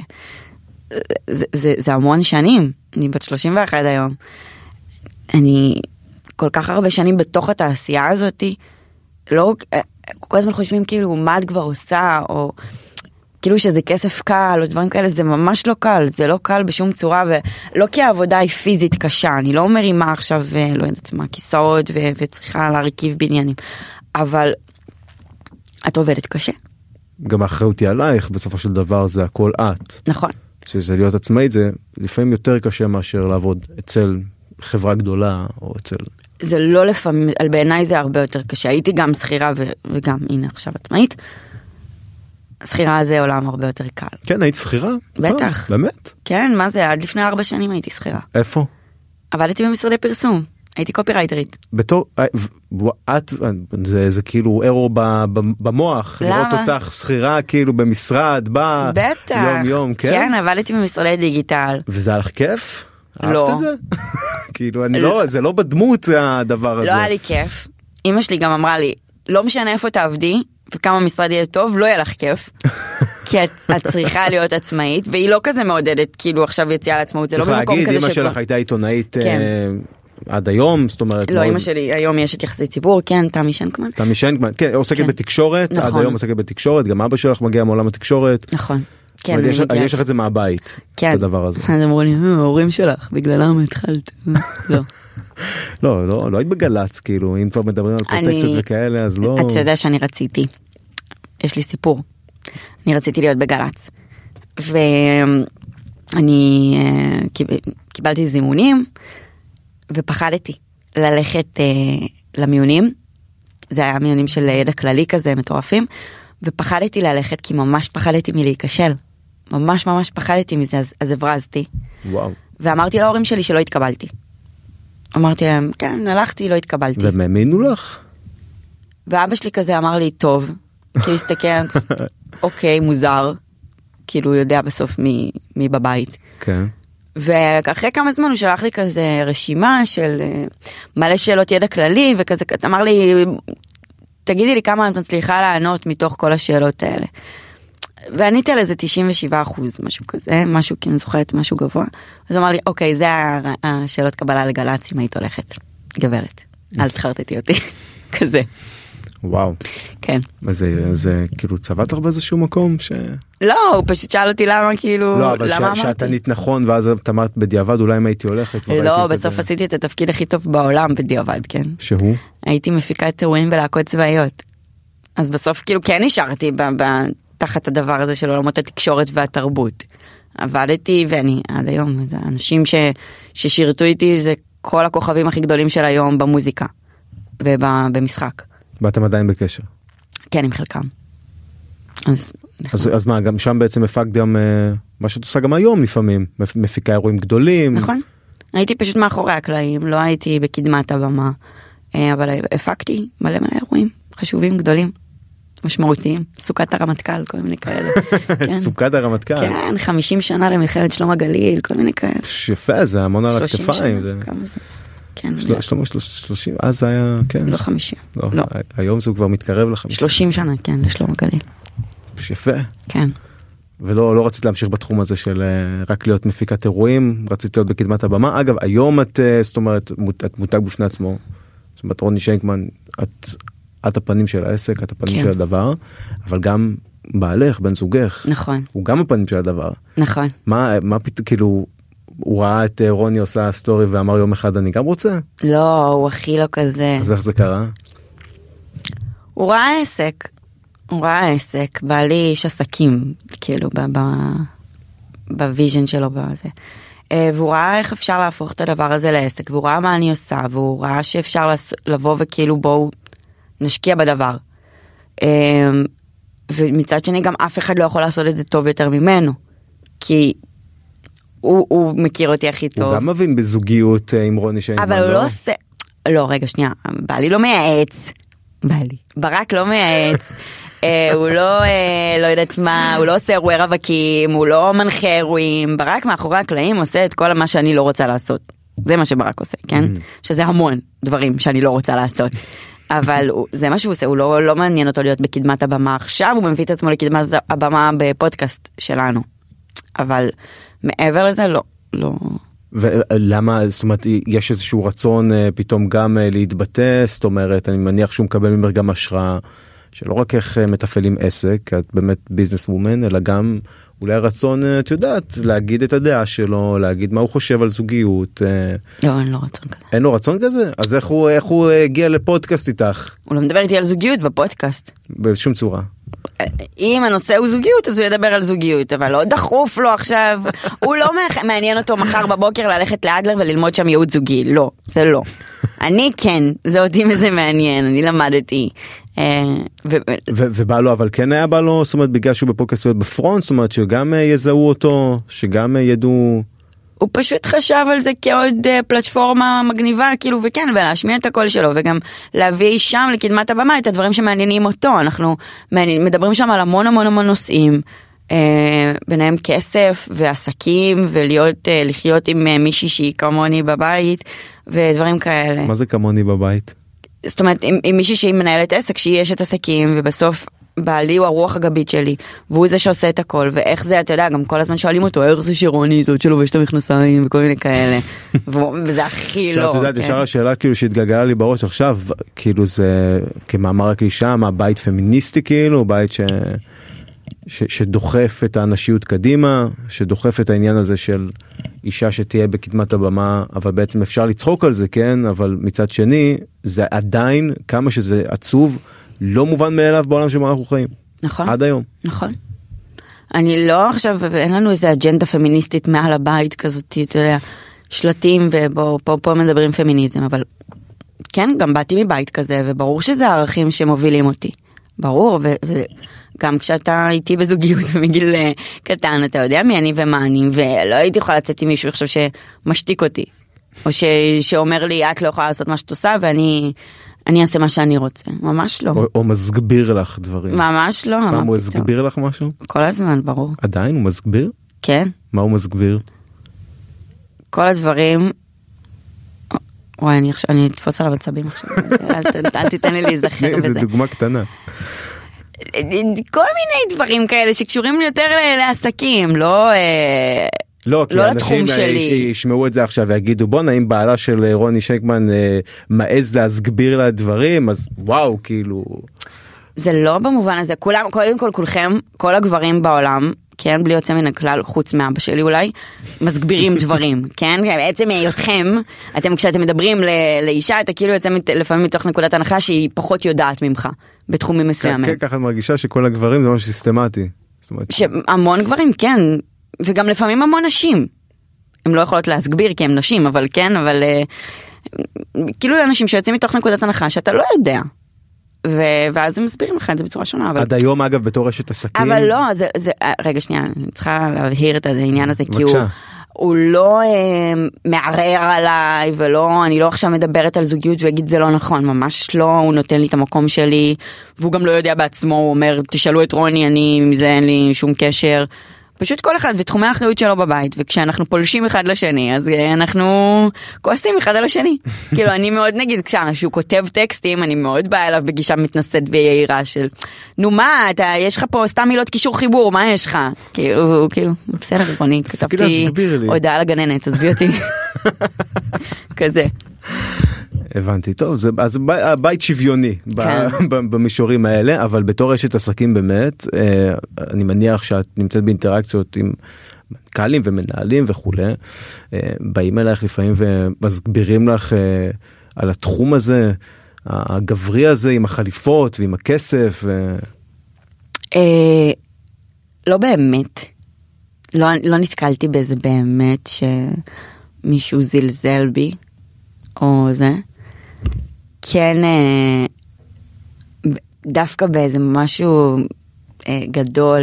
זה המון שנים, אני בת 31 היום, אני כל כך הרבה שנים בתוך התעשייה הזאת, לא, כל הזמן חושבים כאילו מה את כבר עושה, או כאילו שזה כסף קל, או דברים כאלה, זה ממש לא קל, זה לא קל בשום צורה, ולא כי העבודה היא פיזית קשה, אני לא מרימה עכשיו, לא יודעת מה, כיסאות, וצריכה להרכיב בניינים, אבל את עובדת קשה. גם האחריות היא עלייך, בסופו של דבר זה הכל את. נכון. שזה להיות עצמאית, זה לפעמים יותר קשה מאשר לעבוד אצל חברה גדולה, או אצל... זה לא לפעמים, בעיניי זה הרבה יותר קשה, הייתי גם שכירה, וגם, הנה עכשיו עצמאית, שכירה זה עולם הרבה יותר קל. כן, היית שכירה? בטח. באמת? כן, מה זה? עד לפני 4 שנים הייתי שכירה. איפה? עבדתי במשרדי פרסום. הייתי קופירייטרית. בתור, זה כאילו אירו במוח. למה? לראות אותך שכירה כאילו במשרד, בא יום יום, כן? כן, עבדתי במשרדי דיגיטל. וזה היה לך כיף? לא. אהבת את זה? כאילו, זה לא בדמות הדבר הזה. לא היה לי כיף. אמא שלי גם אמרה לי, לא משנה איפה תעבדי, וכמה משרד יהיה טוב, לא יהיה לך כיף. כי את צריכה להיות עצמאית, והיא לא כזה מעודדת, כאילו עכשיו יציאה לעצמאות, זה לא במקום כזה צריך להגיד, אמא שלך הייתה עיתונאית עד היום, זאת אומרת... לא, אמא שלי, היום יש את יחסי ציבור, כן, תמי שנקמן. תמי שנקמן, כן, עוסקת בתקשורת, עד היום עוסקת בתקשורת, גם אבא שלך מגיע מעולם התקשורת. נכון. כן, יש לך את זה מהבית, כן. הדבר הזה. אז אמרו לי, ההורים שלך, בגללם התחלת. לא. לא היית בגלץ, כאילו, אם כבר מדברים על פרוטקציות וכאלה, אז לא... אתה יודע שאני רציתי. יש לי סיפור. אני רציתי להיות בגלץ. ואני קיבלתי זימונים, ופחדתי ללכת למיונים. זה היה מיונים של ידע כללי כזה, מטורפים. ופחדתי ללכת, כי ממש פחדתי מלהיכשל. ממש פחדתי מזה, אז הברזתי. וואו. ואמרתי להורים שלי שלא התקבלתי. אמרתי להם, כן, הלכתי, לא התקבלתי. והם האמינו לך? ואבא שלי כזה אמר לי, טוב, כאילו הסתכל, אוקיי, מוזר, כאילו הוא יודע בסוף מי בבית. כן. ואחרי כמה זמן הוא שלח לי כזה רשימה של מלא שאלות ידע כללי, וכזה, אמר לי, תגידי לי כמה את מצליחה לענות מתוך כל השאלות האלה. ועניתי על איזה 97%, משהו כזה, משהו, כי אני זוכרת משהו גבוה. אז הוא אמר לי, אוקיי, זה השאלות קבלה לגל"צ, אם היית הולכת, גברת, אל תחרטטי אותי, כזה. וואו. כן. אז זה כאילו צבעת לך באיזשהו מקום ש... לא, הוא פשוט שאל אותי למה, כאילו, לא, אבל למה אמרתי? שאת ענית נכון, ואז את אמרת בדיעבד, אולי אם הייתי הולכת. לא, בסוף עשיתי את התפקיד הכי טוב בעולם בדיעבד, כן. שהוא? הייתי מפיקת אירועים ולהקות צבאיות. אז בסוף כאילו כן נשארתי תחת הדבר הזה של עולמות התקשורת והתרבות. עבדתי, ואני עד היום, זה אנשים ששירתו איתי, זה כל הכוכבים הכי גדולים של היום במוזיקה ובמשחק. ואתם עדיין בקשר? כן, עם חלקם. אז מה, גם שם בעצם הפקת גם מה שאת עושה גם היום לפעמים, מפיקה אירועים גדולים. נכון. הייתי פשוט מאחורי הקלעים, לא הייתי בקדמת הבמה, אבל הפקתי מלא אירועים חשובים, גדולים, משמעותיים, סוכת הרמטכ"ל, כל מיני כאלה. סוכת הרמטכ"ל? כן, 50 שנה למלחמת שלום הגליל, כל מיני כאלה. יפה, זה המון על הכתפיים. 30 שנה, כמה זה? כן. 30, אז זה היה, כן. לא 50. לא. היום זה כבר מתקרב ל-50. 30 שנה, כן, לשלום הגליל. יפה. כן. ולא רצית להמשיך בתחום הזה של רק להיות מפיקת אירועים, רצית להיות בקדמת הבמה. אגב, היום זאת אומרת, את מותג בפני עצמו. זאת אומרת, רוני שיינקמן, את הפנים של העסק, את הפנים של הדבר, אבל גם בעלך, בן זוגך. נכון. הוא גם הפנים של הדבר. נכון. מה כאילו, הוא ראה את רוני עושה סטורי ואמר יום אחד אני גם רוצה? לא, הוא הכי לא כזה. אז איך זה קרה? הוא ראה עסק, בעלי איש עסקים, כאילו, בוויז'ן שלו בזה. והוא ראה איך אפשר להפוך את הדבר הזה לעסק, והוא ראה מה אני עושה, והוא ראה שאפשר לבוא וכאילו בואו נשקיע בדבר. ומצד שני גם אף אחד לא יכול לעשות את זה טוב יותר ממנו, כי הוא מכיר אותי הכי טוב. הוא גם מבין בזוגיות עם רוני שיינקמן. אבל הוא לא עושה... לא, רגע, שנייה, בעלי לא מייעץ. ברק לא מייעץ. הוא לא יודעת מה, הוא לא עושה אירועי רווקים, הוא לא מנחה אירועים. ברק מאחורי הקלעים עושה את כל מה שאני לא רוצה לעשות. זה מה שברק עושה, כן? שזה המון דברים שאני לא רוצה לעשות. אבל זה מה שהוא עושה, הוא לא מעניין אותו להיות בקדמת הבמה עכשיו, הוא מביא את עצמו לקדמת הבמה בפודקאסט שלנו. אבל מעבר לזה לא. ולמה, זאת אומרת, יש איזשהו רצון פתאום גם להתבטא, זאת אומרת, אני מניח שהוא מקבל ממך גם השראה, שלא רק איך מתפעלים עסק, את באמת ביזנס וומן, אלא גם אולי רצון, את יודעת, להגיד את הדעה שלו, להגיד מה הוא חושב על זוגיות. לא, אין לו רצון כזה. אין לו רצון כזה? אז איך הוא הגיע לפודקאסט איתך? הוא לא מדבר איתי על זוגיות בפודקאסט. בשום צורה. אם הנושא הוא זוגיות, אז הוא ידבר על זוגיות, אבל לא דחוף לו עכשיו. הוא לא מעניין אותו מחר בבוקר ללכת לאדלר וללמוד שם ייעוץ זוגי. לא, זה לא. אני כן, זה אותי וזה מעניין, אני למדתי. ובא לו, אבל כן היה בא לו, זאת אומרת, בגלל שהוא בפודקאסט בפרונט, זאת אומרת, שגם יזהו אותו, שגם ידעו... הוא פשוט חשב על זה כעוד פלטפורמה מגניבה, כאילו, וכן, ולהשמיע את הקול שלו, וגם להביא שם לקדמת הבמה את הדברים שמעניינים אותו. אנחנו מדברים שם על המון המון המון נושאים, ביניהם כסף ועסקים, לחיות עם מישהי שהיא כמוני בבית, ודברים כאלה. מה זה כמוני בבית? זאת אומרת, עם מישהי שהיא מנהלת עסק, שהיא אשת עסקים, ובסוף בעלי הוא הרוח הגבית שלי, והוא זה שעושה את הכל, ואיך זה, אתה יודע, גם כל הזמן שואלים אותו, איך זה שרוני, זאת שלו ויש את המכנסיים, וכל מיני כאלה, וזה הכי לא. אתה יודעת, ישר השאלה כאילו שהתגלגלה לי בראש עכשיו, כאילו זה כמאמר הקלישה, מה בית פמיניסטי כאילו, בית שדוחף את האנשיות קדימה, שדוחף את העניין הזה של אישה שתהיה בקדמת הבמה, אבל בעצם אפשר לצחוק על זה, כן, אבל מצד שני, זה עדיין, כמה שזה עצוב, לא מובן מאליו בעולם שבו אנחנו חיים. נכון. עד היום. נכון. אני לא עכשיו, אין לנו איזה אג'נדה פמיניסטית מעל הבית כזאת, אתה יודע, שלטים ופה מדברים פמיניזם, אבל כן, גם באתי מבית כזה, וברור שזה הערכים שמובילים אותי. ברור, וגם כשאתה איתי בזוגיות ומגיל קטן, אתה יודע מי אני ומה אני, ולא הייתי יכולה לצאת עם מישהו עכשיו שמשתיק אותי, או שאומר לי, את לא יכולה לעשות מה שאת עושה, ואני אעשה מה שאני רוצה. ממש לא. או מסגביר לך דברים. ממש לא. פעם הוא מסגביר לך משהו? כל הזמן, ברור. עדיין הוא מסגביר? כן. מה הוא מסגביר? כל הדברים... וואי, אני אתפוס עליו עצבים עכשיו. אל תיתן לי להיזכר בזה. זה דוגמה קטנה. כל מיני דברים כאלה שקשורים יותר לעסקים, לא לתחום שלי. לא, כי אנשים ישמעו את זה עכשיו ויגידו, בוא נעים בעלה של רוני שייקמן מעז להסגביר לה דברים, אז וואו, כאילו... זה לא במובן הזה, קודם כל כולכם, כל הגברים בעולם, כן, בלי יוצא מן הכלל, חוץ מאבא שלי אולי, מסגבירים דברים, כן? בעצם היותכם, כשאתם מדברים לאישה, אתה כאילו יוצא לפעמים מתוך נקודת הנחה שהיא פחות יודעת ממך, בתחומים מסוימים. כן, ככה את מרגישה שכל הגברים זה משהו סיסטמטי. שהמון גברים, כן, וגם לפעמים המון נשים. הן לא יכולות להסגביר כי הן נשים, אבל כן, אבל כאילו לאנשים שיוצאים מתוך נקודת הנחה שאתה לא יודע. ואז הם מסבירים לך את זה בצורה שונה. עד היום אגב בתור אשת עסקים. אבל לא, רגע שנייה, אני צריכה להבהיר את העניין הזה, כי הוא לא מערער עליי, אני לא עכשיו מדברת על זוגיות ויגיד זה לא נכון, ממש לא, הוא נותן לי את המקום שלי, והוא גם לא יודע בעצמו, הוא אומר, תשאלו את רוני, מזה אין לי שום קשר. פשוט כל אחד ותחומי האחריות שלו בבית, וכשאנחנו פולשים אחד לשני, אז אנחנו כועסים אחד על השני. כאילו, אני מאוד נגיד, כשהוא כותב טקסטים, אני מאוד באה אליו בגישה מתנשאת ויעירה של, נו מה, יש לך פה סתם מילות קישור חיבור, מה יש לך? כאילו, בסדר, רוני, כתבתי הודעה לגננת, עזבי אותי. כזה. הבנתי, טוב, אז בית שוויוני במישורים האלה, אבל בתור אשת עסקים באמת, אני מניח שאת נמצאת באינטראקציות עם מנכ"לים ומנהלים וכו', באים אלייך לפעמים ומסבירים לך על התחום הזה, הגברי הזה עם החליפות ועם הכסף. לא באמת, לא נתקלתי בזה באמת שמישהו זלזל בי, או זה. כן, דווקא באיזה משהו גדול,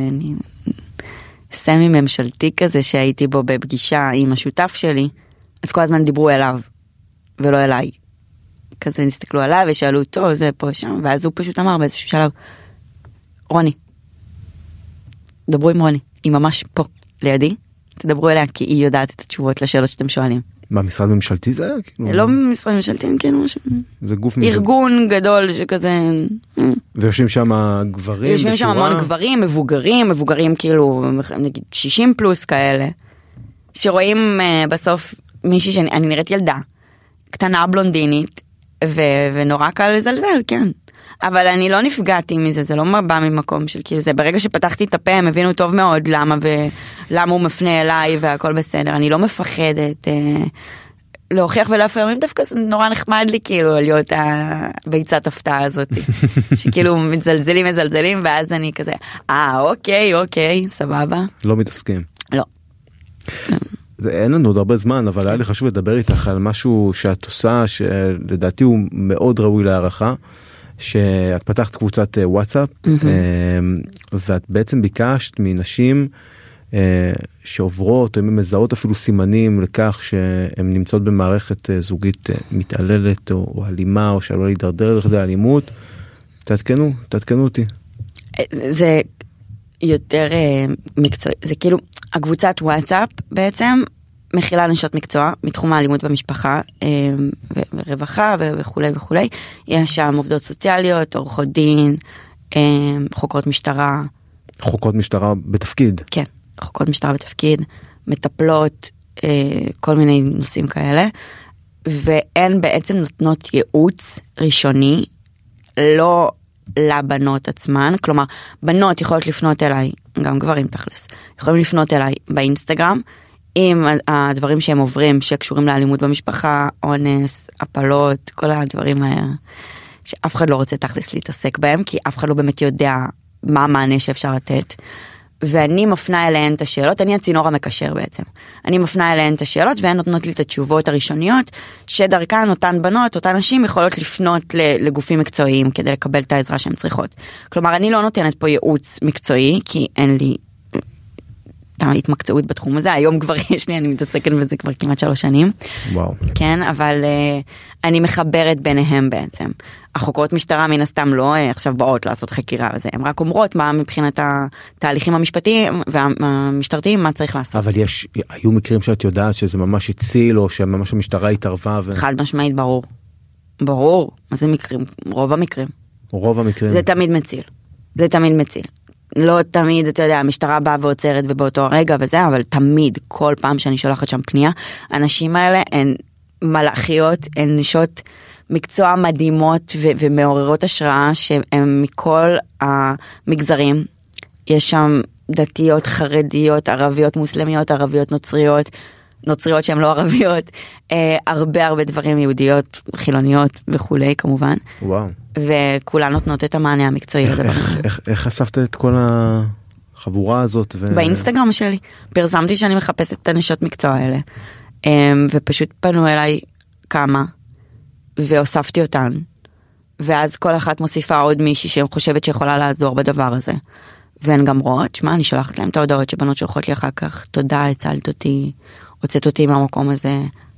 סמי ממשלתי כזה שהייתי בו בפגישה עם השותף שלי, אז כל הזמן דיברו אליו ולא אליי. כזה נסתכלו עליו ושאלו אותו, זה פה שם, ואז הוא פשוט אמר באיזשהו שלב, רוני, דברו עם רוני, היא ממש פה לידי, תדברו אליה כי היא יודעת את התשובות לשאלות שאתם שואלים. מה, משרד ממשלתי זה? לא משרד ממשלתי, כן, משהו. זה גוף ממשלתי. ארגון גדול שכזה... ויושבים שם גברים בשורה? יושבים שם המון גברים, מבוגרים כאילו, נגיד 60 פלוס כאלה, שרואים בסוף מישהי שאני נראית ילדה, קטנה בלונדינית, ונורא קל לזלזל, כן. אבל אני לא נפגעתי מזה, זה לא בא ממקום של כאילו זה, ברגע שפתחתי את הפה הם הבינו טוב מאוד למה הוא מפנה אליי והכל בסדר, אני לא מפחדת להוכיח ולהפעמים דווקא זה נורא נחמד לי כאילו להיות הביצת הפתעה הזאת, שכאילו מזלזלים ואז אני כזה, אוקיי, סבבה. לא מתעסקים. לא. אין לנו עוד הרבה זמן, אבל היה לי חשוב לדבר איתך על משהו שאת עושה, שלדעתי הוא מאוד ראוי להערכה, שאת פתחת קבוצת וואטסאפ, ואת בעצם ביקשת מנשים שעוברות, או מזהות אפילו סימנים לכך שהן נמצאות במערכת זוגית מתעללת, או אלימה, או שעלולה להידרדר לכדי אלימות. תעדכנו אותי. זה יותר מקצועי, זה כאילו, הקבוצת וואטסאפ בעצם מכילה נשות מקצוע מתחום האלימות במשפחה ורווחה וכולי. יש שם עובדות סוציאליות, עורכות דין, חוקרות משטרה. חוקרות משטרה בתפקיד? כן, חוקרות משטרה בתפקיד, מטפלות, כל מיני נושאים כאלה, והן בעצם נותנות ייעוץ ראשוני, לא לבנות עצמן, כלומר, בנות יכולות לפנות אליי, גם גברים תכלס, יכולים לפנות אליי באינסטגרם, עם הדברים שהם עוברים שקשורים לאלימות במשפחה, אונס, הפלות, כל הדברים האלה, שאף אחד לא רוצה תכלס להתעסק בהם, כי אף אחד לא באמת יודע מה המענה שאפשר לתת. ואני מפנה אליהן את השאלות, אני הצינור המקשר בעצם. אני מפנה אליהן את השאלות, והן נותנות לי את התשובות הראשוניות, שדרכן אותן בנות, אותן נשים יכולות לפנות לגופים מקצועיים, כדי לקבל את העזרה שהן צריכות. כלומר, אני לא נותנת פה ייעוץ מקצועי, כי אין לי התמקצעות בתחום הזה. היום כבר יש לי, אני מתעסקת בזה כבר כמעט 3 שנים. וואו. כן, אבל אני מחברת ביניהם בעצם. החוקרות משטרה מן הסתם לא עכשיו באות לעשות חקירה וזה, הן רק אומרות מה מבחינת התהליכים המשפטיים והמשטרתיים, מה צריך לעשות. אבל היו מקרים שאת יודעת שזה ממש הציל, או שממש המשטרה התערבה? חד משמעית, ברור. מה זה מקרים? רוב המקרים. זה תמיד מציל. לא תמיד, אתה יודע, המשטרה באה ועוצרת ובאותו רגע וזה, אבל תמיד, כל פעם שאני שולחת שם פנייה, האנשים האלה הן מלאכיות, הן נשות מקצוע מדהימות ומעוררות השראה, שהן מכל המגזרים. יש שם דתיות, חרדיות, ערביות, מוסלמיות, ערביות, נוצריות שהן לא ערביות, הרבה דברים, יהודיות, חילוניות וכולי כמובן. וואו. וכולן נותנות את המענה המקצועי לדבר הזה. איך חשפת את כל החבורה הזאת? באינסטגרם שלי. פרסמתי שאני מחפשת את הנשות מקצוע האלה. ופשוט פנו אליי כמה, והוספתי אותן. ואז כל אחת מוסיפה עוד מישהי שחושבת שיכולה לעזור בדבר הזה. והן גם רואות, שמה, אני שולחת להם את ההודעות שבנות שולחות לי אחר כך, תודה, הצלת אותי, הוצאת אותי מהמקום הזה.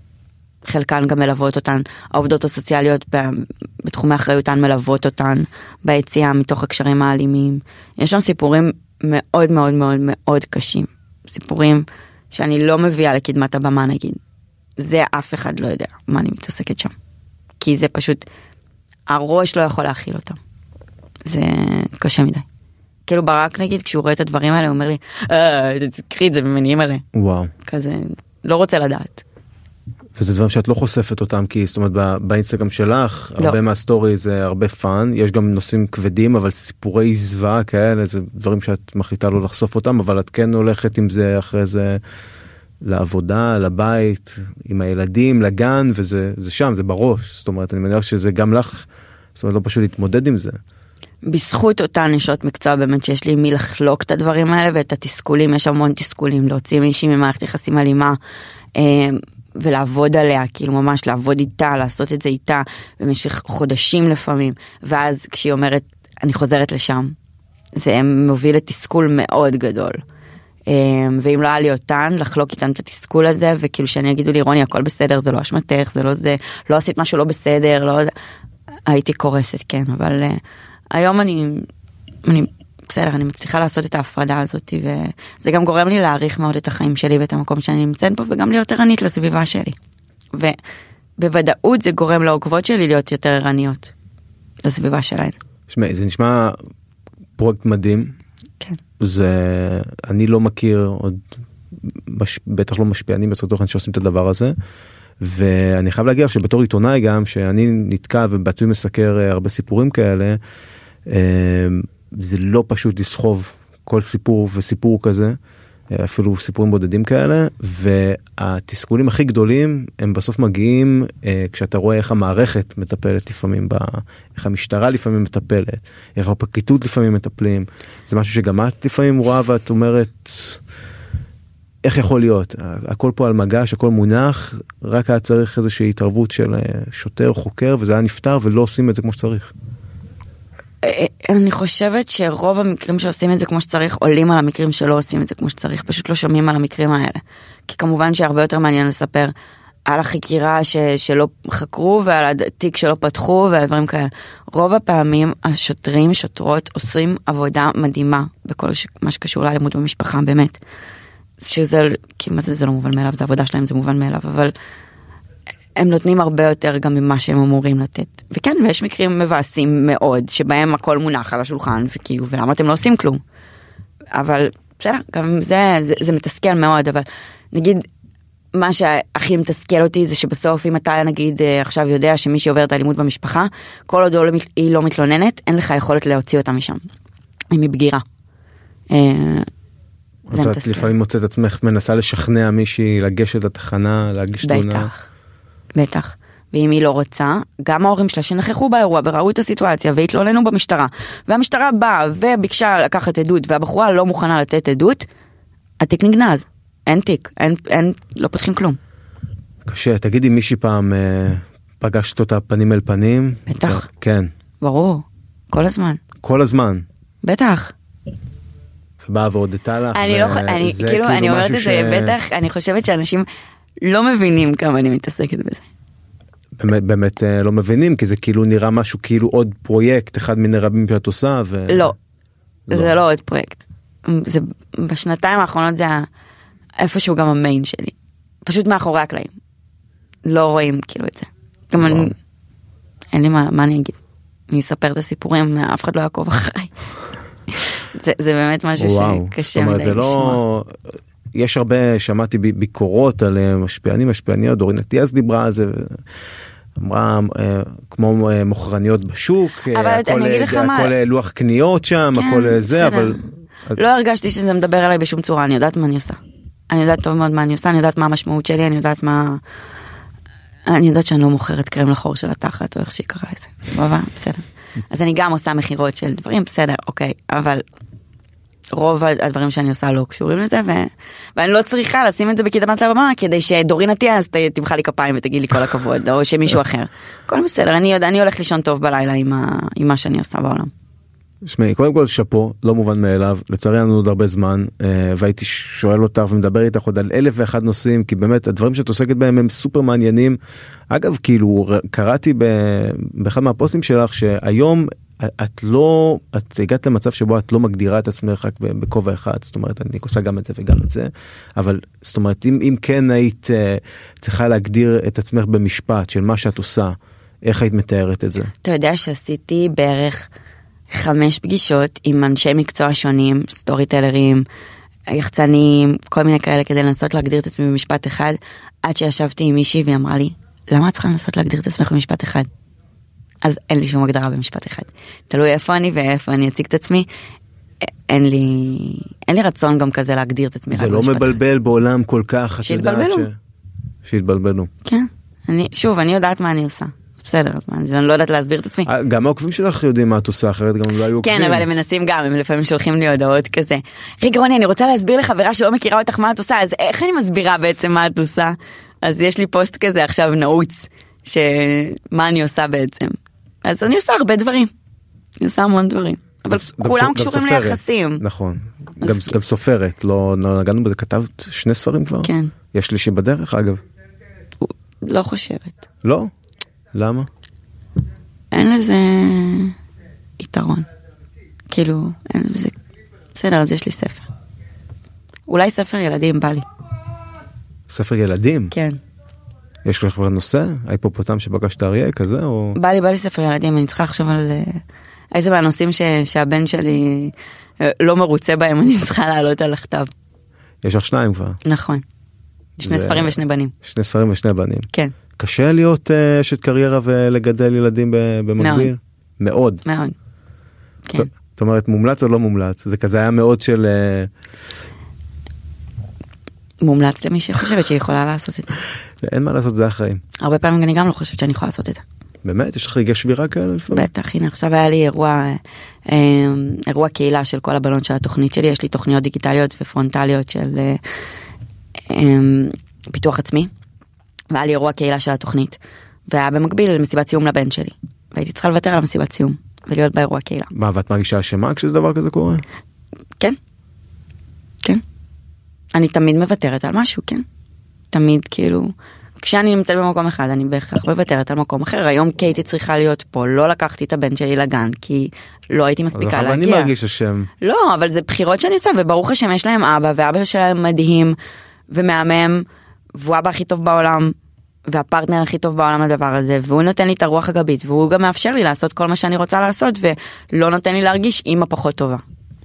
חלקן גם מלוות אותן, העובדות הסוציאליות בתחומי אחריותן מלוות אותן ביציאה מתוך הקשרים האלימים. יש שם סיפורים מאוד מאוד מאוד מאוד קשים. סיפורים שאני לא מביאה לקדמת הבמה נגיד. זה אף אחד לא יודע מה אני מתעסקת שם. כי זה פשוט, הראש לא יכול להכיל אותם. זה קשה מדי. כאילו ברק נגיד, כשהוא רואה את הדברים האלה, הוא אומר לי, תקחי את זה ממניעים עליה. וואו. כזה, לא רוצה לדעת. וזה דברים שאת לא חושפת אותם, כי זאת אומרת באינסטגרם שלך, לא. הרבה מהסטורי זה הרבה פאן, יש גם נושאים כבדים, אבל סיפורי זוועה כאלה, זה דברים שאת מחליטה לא לחשוף אותם, אבל את כן הולכת עם זה אחרי זה לעבודה, לבית, עם הילדים, לגן, וזה שם, זה בראש. זאת אומרת, אני מניח שזה גם לך, זאת אומרת, לא פשוט להתמודד עם זה. בזכות אותן נשות מקצוע באמת שיש לי מי לחלוק את הדברים האלה, ואת התסכולים, יש המון תסכולים, להוציא מישהי ממערכת יחסים אלימה, ולעבוד עליה, כאילו ממש לעבוד איתה, לעשות את זה איתה, במשך חודשים לפעמים, ואז כשהיא אומרת, אני חוזרת לשם, זה מוביל לתסכול מאוד גדול. ואם לא היה לי אותן, לחלוק איתן את התסכול הזה, וכאילו שאני אגידו לי, רוני, הכל בסדר, זה לא אשמתך, זה לא זה, לא עשית משהו לא בסדר, לא... הייתי קורסת, כן, אבל היום אני בסדר, אני מצליחה לעשות את ההפרדה הזאת, וזה גם גורם לי להעריך מאוד את החיים שלי ואת המקום שאני נמצאת בו, וגם להיות ערנית לסביבה שלי. ובוודאות זה גורם לעוקבות שלי להיות יותר ערניות לסביבה שלהן. זה נשמע פרויקט מדהים. כן. אני לא מכיר עוד, בטח לא משפיענים יוצרי תוכן שעושים את הדבר הזה, ואני חייב להגיד שבתור עיתונאי גם, שאני נתקע ובעצמי מסקר הרבה סיפורים כאלה, זה לא פשוט לסחוב כל סיפור וסיפור כזה, אפילו סיפורים בודדים כאלה, והתסכולים הכי גדולים הם בסוף מגיעים כשאתה רואה איך המערכת מטפלת לפעמים, איך המשטרה לפעמים מטפלת, איך הפרקליטות לפעמים מטפלים. זה משהו שגם את לפעמים רואה ואת אומרת, איך יכול להיות? הכל פה על מגש, הכל מונח, רק היה צריך איזושהי התערבות של שוטר, חוקר, וזה היה נפטר ולא עושים את זה כמו שצריך. אני חושבת שרוב המקרים שעושים את זה כמו שצריך עולים על המקרים שלא עושים את זה כמו שצריך, פשוט לא שומעים על המקרים האלה. כי כמובן שהרבה יותר מעניין לספר על החקירה שלא חקרו ועל התיק שלא פתחו והדברים כאלה. רוב הפעמים השוטרים, שוטרות עושים עבודה מדהימה בכל מה שקשור לאלימות במשפחה, באמת. שזה, כי מה זה לא מובן מאליו, זה עבודה שלהם, זה מובן מאליו, אבל הם נותנים הרבה יותר גם ממה שהם אמורים לתת. וכן, ויש מקרים מבאסים מאוד, שבהם הכל מונח על השולחן, וכאילו, ולמה אתם לא עושים כלום? אבל, בסדר, גם זה מתסכל מאוד, אבל נגיד, מה שהכי מתסכל אותי זה שבסוף, אם אתה נגיד עכשיו יודע שמישהי עוברת אלימות במשפחה, כל עוד היא לא מתלוננת, אין לך יכולת להוציא אותה משם. אם היא בגירה. אז את לפעמים מוצאת עצמך מנסה לשכנע מישהי לגשת לתחנה, להגיש תלונה. בטח. ואם היא לא רוצה, גם ההורים שלה שנכחו באירוע וראו את הסיטואציה והתלוננו במשטרה, והמשטרה באה וביקשה לקחת עדות והבחורה לא מוכנה לתת עדות, התיק נגנז. אין תיק, לא פותחים כלום. קשה, תגידי מישהי פעם פגשת אותה פנים אל פנים? בטח. כן. ברור, כל הזמן. כל הזמן? בטח. ובאה והודתה לך? אני אומרת את זה, בטח, אני חושבת שאנשים לא מבינים כמה אני מתעסקת בזה. באמת לא מבינים, כי זה כאילו נראה משהו, כאילו עוד פרויקט, אחד מיני רבים שאת עושה. לא, זה לא עוד פרויקט. בשנתיים האחרונות זה איפשהו גם המיין שלי. פשוט מאחורי הקלעים. לא רואים כאילו את זה. גם אין לי מה אני אגיד. אני אספר את הסיפורים, אף אחד לא יעקוב אחריי. זה באמת משהו שקשה מדי לשמוע. יש הרבה, שמעתי ביקורות על משפיעניות, דורין אטיאס דיברה על זה, אמרה כמו מוכרניות בשוק, הכל לוח קניות שם, הכל זה, אבל... לא הרגשתי שזה מדבר עליי בשום צורה, אני יודעת מה אני עושה. אני יודעת טוב מאוד מה אני עושה, אני יודעת מה המשמעות שלי, אני יודעת שאני לא מוכרת קרם לחור של התחת, או איך שהיא קראה לזה. סבבה, בסדר. אז אני גם עושה מחירות של דברים, בסדר, אוקיי, אבל רוב הדברים שאני עושה לא קשורים לזה, ואני לא צריכה לשים את זה בקדמת הבמה, כדי שדורין אטיאס תמחא לי כפיים ותגיד לי כל הכבוד, או שמישהו אחר. הכל בסדר, אני הולך לישון טוב בלילה עם מה שאני עושה בעולם. שמי, קודם כל שפו, לא מובן מאליו, לצערי לנו עוד הרבה זמן, והייתי שואל אותך ומדבר איתך עוד על 1,001 נושאים, כי באמת הדברים שאת עוסקת בהם הם סופר מעניינים. אגב, כאילו, קראתי באחד מהפוסטים שלך, שהיום את הגעת למצב שבו את לא מגדירה את עצמך רק בכובע אחד, זאת אומרת, אני עושה גם את זה וגם את זה, אבל זאת אומרת, אם כן היית צריכה להגדיר את עצמך במשפט של מה שאת עושה, איך היית מתארת את זה? אתה יודע שעשיתי בערך 5 פגישות עם אנשי מקצוע שונים, סטורי טלרים, יחצנים, כל מיני כאלה, כדי לנסות להגדיר את עצמי במשפט אחד, עד שישבתי עם מישהי והיא אמרה לי, למה את צריכה לנסות להגדיר את עצמך במשפט אחד? אז אין לי שום הגדרה במשפט אחד. תלוי איפה אני ואיפה אני אציג את עצמי. אין לי רצון גם כזה להגדיר את עצמי. זה לא מבלבל בעולם כל כך. שהתבלבלו. כן. אני יודעת מה אני עושה. בסדר, אז אני לא יודעת להסביר את עצמי. גם העוקבים שלך יודעים מה את עושה, אחרת גם לא היו עוקבים. כן, אבל הם מנסים גם, הם לפעמים שולחים לי הודעות כזה. רגע רוני, אני רוצה להסביר לחברה שלא מכירה אותך מה את עושה, אז איך אני מסבירה בעצם מה את עושה? אז יש לי פוסט כזה עכשיו נעוץ, שמה אני עושה בעצם. אז אני עושה הרבה דברים. אני עושה המון דברים. אבל כולם קשורים ליחסים. נכון. גם סופרת. לא נגענו בזה, כתבת 2 ספרים כבר? כן. יש לי שבדרך, אגב. לא חושבת. לא? למה? אין לזה יתרון. כאילו, אין לזה... בסדר, אז יש לי ספר. אולי ספר ילדים בא לי. ספר ילדים? כן. יש לך כבר נושא? ההיפופוטם שפגשת אריה כזה או? בא לי ספר ילדים, אני צריכה לחשוב על איזה מהנושאים שהבן שלי לא מרוצה בהם, אני צריכה לעלות על הכתב. יש לך 2 כבר. נכון. 2 ספרים ו2 בנים. 2 ספרים ו2 בנים. כן. קשה להיות אשת קריירה ולגדל ילדים במקביל? מאוד. מאוד. כן. זאת אומרת, מומלץ או לא מומלץ? זה כזה היה מאוד של... מומלץ למי שחושבת שהיא יכולה לעשות את זה. אין מה לעשות, זה החיים. הרבה פעמים אני גם לא חושבת שאני יכולה לעשות את זה. באמת? יש לך רגע שבירה כאלה לפעמים? בטח, הנה, עכשיו היה לי אירוע קהילה של כל הבנות של התוכנית שלי, יש לי תוכניות דיגיטליות ופרונטליות של פיתוח עצמי, והיה לי אירוע קהילה של התוכנית, והיה במקביל מסיבת סיום לבן שלי, והייתי צריכה לוותר על המסיבת סיום, ולהיות באירוע קהילה. מה, ואת מרגישה אשמה כשזה דבר כזה קורה? כן. כן. אני תמיד מוותרת על משהו, כן. תמיד כאילו... כשאני נמצאת במקום אחד, אני בהכרח מוותרת על מקום אחר. היום קייטי צריכה להיות פה, לא לקחתי את הבן שלי לגן, כי לא הייתי מספיקה להגיע. אבל אני מרגיש השם. לא, אבל זה בחירות שאני עושה, וברוך השם יש להם אבא, ואבא שלהם מדהים, ומהמם, והוא אבא הכי טוב בעולם, והפרטנר הכי טוב בעולם לדבר הזה, והוא נותן לי את הרוח הגבית, והוא גם מאפשר לי לעשות כל מה שאני רוצה לעשות, ולא נותן לי להרגיש אמא פחות טובה.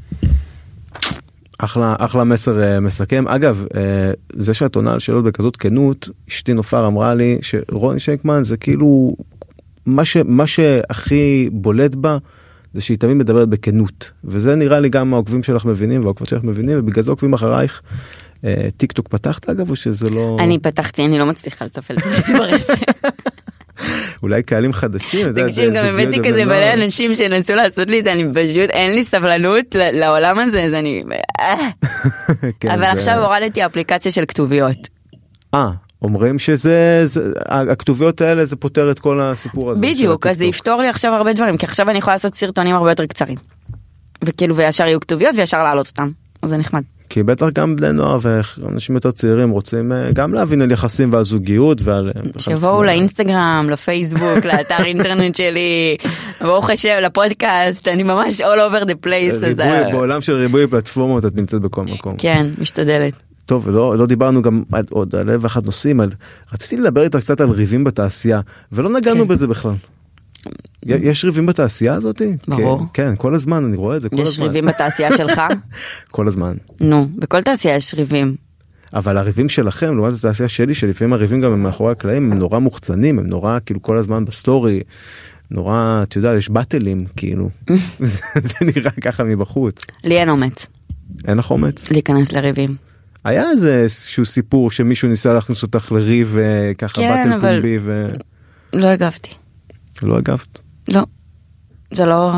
אחלה מסר מסכם. אגב, זה שאת עונה על שאלות בכזאת כנות, אשתי נופר אמרה לי שרוני שיינקמן זה כאילו, מה שהכי בולט בה, זה שהיא תמיד מדברת בכנות. וזה נראה לי גם העוקבים שלך מבינים, והעוקבות שלך מבינים, ובגלל זה עוקבים אחרייך. טיק טוק פתחת אגב, או שזה לא... אני פתחתי, אני לא מצליחה לטפל את זה ברסה. אולי קהלים חדשים. תקשיב, גם הבאתי כזה מלא אנשים שנסו לעשות לי את זה, אני פשוט, אין לי סבלנות לעולם הזה, אז אני... אבל עכשיו הורדתי אפליקציה של כתוביות. אומרים שזה, הכתוביות האלה זה פותר את כל הסיפור הזה. בדיוק, אז זה יפתור לי עכשיו הרבה דברים, כי עכשיו אני יכולה לעשות סרטונים הרבה יותר קצרים. וכאילו, וישר יהיו כתוביות וישר להעלות אותם. אז זה נחמד. כי בטח גם בני נוער ואנשים יותר צעירים רוצים גם להבין על יחסים והזוגיות ועל... שבואו לאינסטגרם, לפייסבוק, לאתר אינטרנט שלי, ברוך השם, לפודקאסט, אני ממש all over the place. בעולם של ריבוי פלטפורמות את נמצאת בכל מקום. כן, משתדלת. טוב, לא דיברנו גם עוד על אלף ואחת נושאים, רציתי לדבר איתך קצת על ריבים בתעשייה, ולא נגענו בזה בכלל. יש ריבים בתעשייה הזאת? ברור. כן, כל הזמן, אני רואה את זה כל הזמן. יש ריבים בתעשייה שלך? כל הזמן. נו, בכל תעשייה יש ריבים. אבל הריבים שלכם, לעומת התעשייה שלי, שלפעמים הריבים גם מאחורי הקלעים, הם נורא מוחצנים, הם נורא כאילו כל הזמן בסטורי, נורא, אתה יודע, יש בטלים, כאילו. זה נראה ככה מבחוץ. לי אין אומץ. אין לך אומץ? להיכנס לריבים. היה איזשהו סיפור שמישהו ניסה להכניס אותך לריב ככה בטל פומבי ו... לא הגבתי. לא הגבת? לא. זה לא...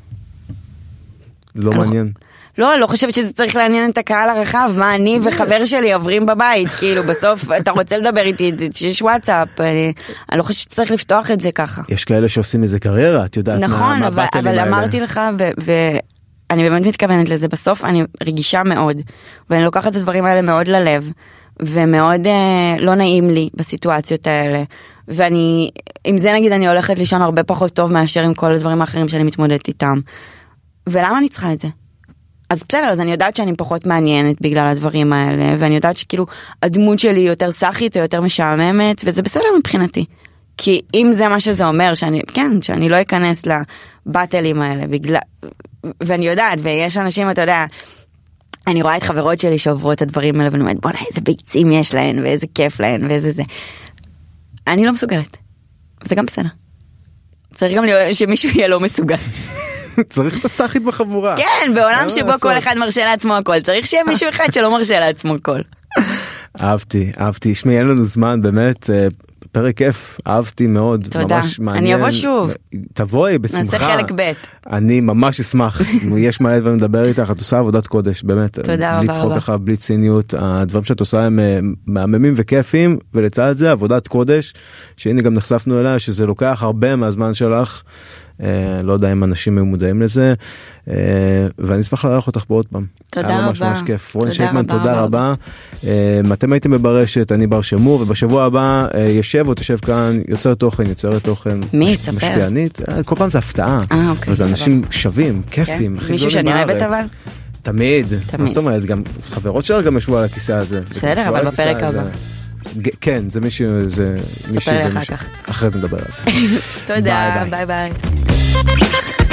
לא מעניין. לא, לא חושבת שזה צריך לעניין את הקהל הרחב, מה אני וחבר שלי עוברים בבית, כאילו בסוף אתה רוצה לדבר איתי, שיש וואטסאפ, אני לא חושבת שצריך לפתוח את זה ככה. יש כאלה שעושים איזה קריירה, את יודעת נכון, אבל אמרתי לך, ואני באמת מתכוונת לזה, בסוף אני רגישה מאוד, ואני לוקחת את הדברים האלה מאוד ללב, ומאוד לא נעים לי בסיטואציות האלה, ואני, עם זה נגיד אני הולכת לישון הרבה פחות טוב מאשר עם כל הדברים האחרים שאני מתמודדת איתם. ולמה אני צריכה את זה? אז בסדר, אז אני יודעת שאני פחות מעניינת בגלל הדברים האלה, ואני יודעת שכאילו הדמות שלי יותר סחית או יותר משעממת, וזה בסדר מבחינתי. כי אם זה מה שזה אומר, שאני לא אכנס לבטלים האלה, ואני יודעת, ויש אנשים, אתה יודע, אני רואה את חברות שלי שעוברות את הדברים האלה, ואני אומרת, בוא'נה, איזה ביצים יש להן, ואיזה כיף להן, ואיזה זה. אני לא מסוגלת. זה גם בסדר. צריך גם שמישהו יהיה לא מסוגל. צריך את הסחית בחבורה. כן, בעולם שבו כל אחד מרשה לעצמו הכל. צריך שיהיה מישהו אחד שלא מרשה לעצמו הכל. אהבתי. שמי, אין לנו זמן, באמת, פרק כיף, אהבתי מאוד. תודה. אני אבוא שוב. תבואי, בשמחה. נעשה חלק ב'. אני ממש אשמח. יש מלא דברים לדבר איתך, את עושה עבודת קודש, באמת. תודה רבה. בלי צחוק לך, בלי ציניות. הדברים שאת עושה הם מהממים וכיפים, ולצד זה עבודת קודש, שהנה גם נחשפנו אליה, שזה לוקח הרבה מהזמן שלך. לא יודע אם אנשים מודעים לזה, ואני אשמח לארח אותך בעוד פעם. תודה רבה. ממש ממש כיף. רוני שיינקמן, תודה רבה. אתם הייתם בברשת, אני בר שמור, ובשבוע הבא תשב כאן יוצרת תוכן. מי? תספר. משפיענית. כל פעם זה הפתעה. אוקיי. זה אנשים שווים, כיפים, הכי מישהו שאני אוהבת אבל? תמיד. מה זאת אומרת, גם חברות שלך גם ישבו על הכיסא הזה. בסדר, אבל בפרק הבא. כן, זה מישהו, זה מישהו, ספר לי אחר כך. אחרי זה נדבר על זה. תודה, ביי ביי.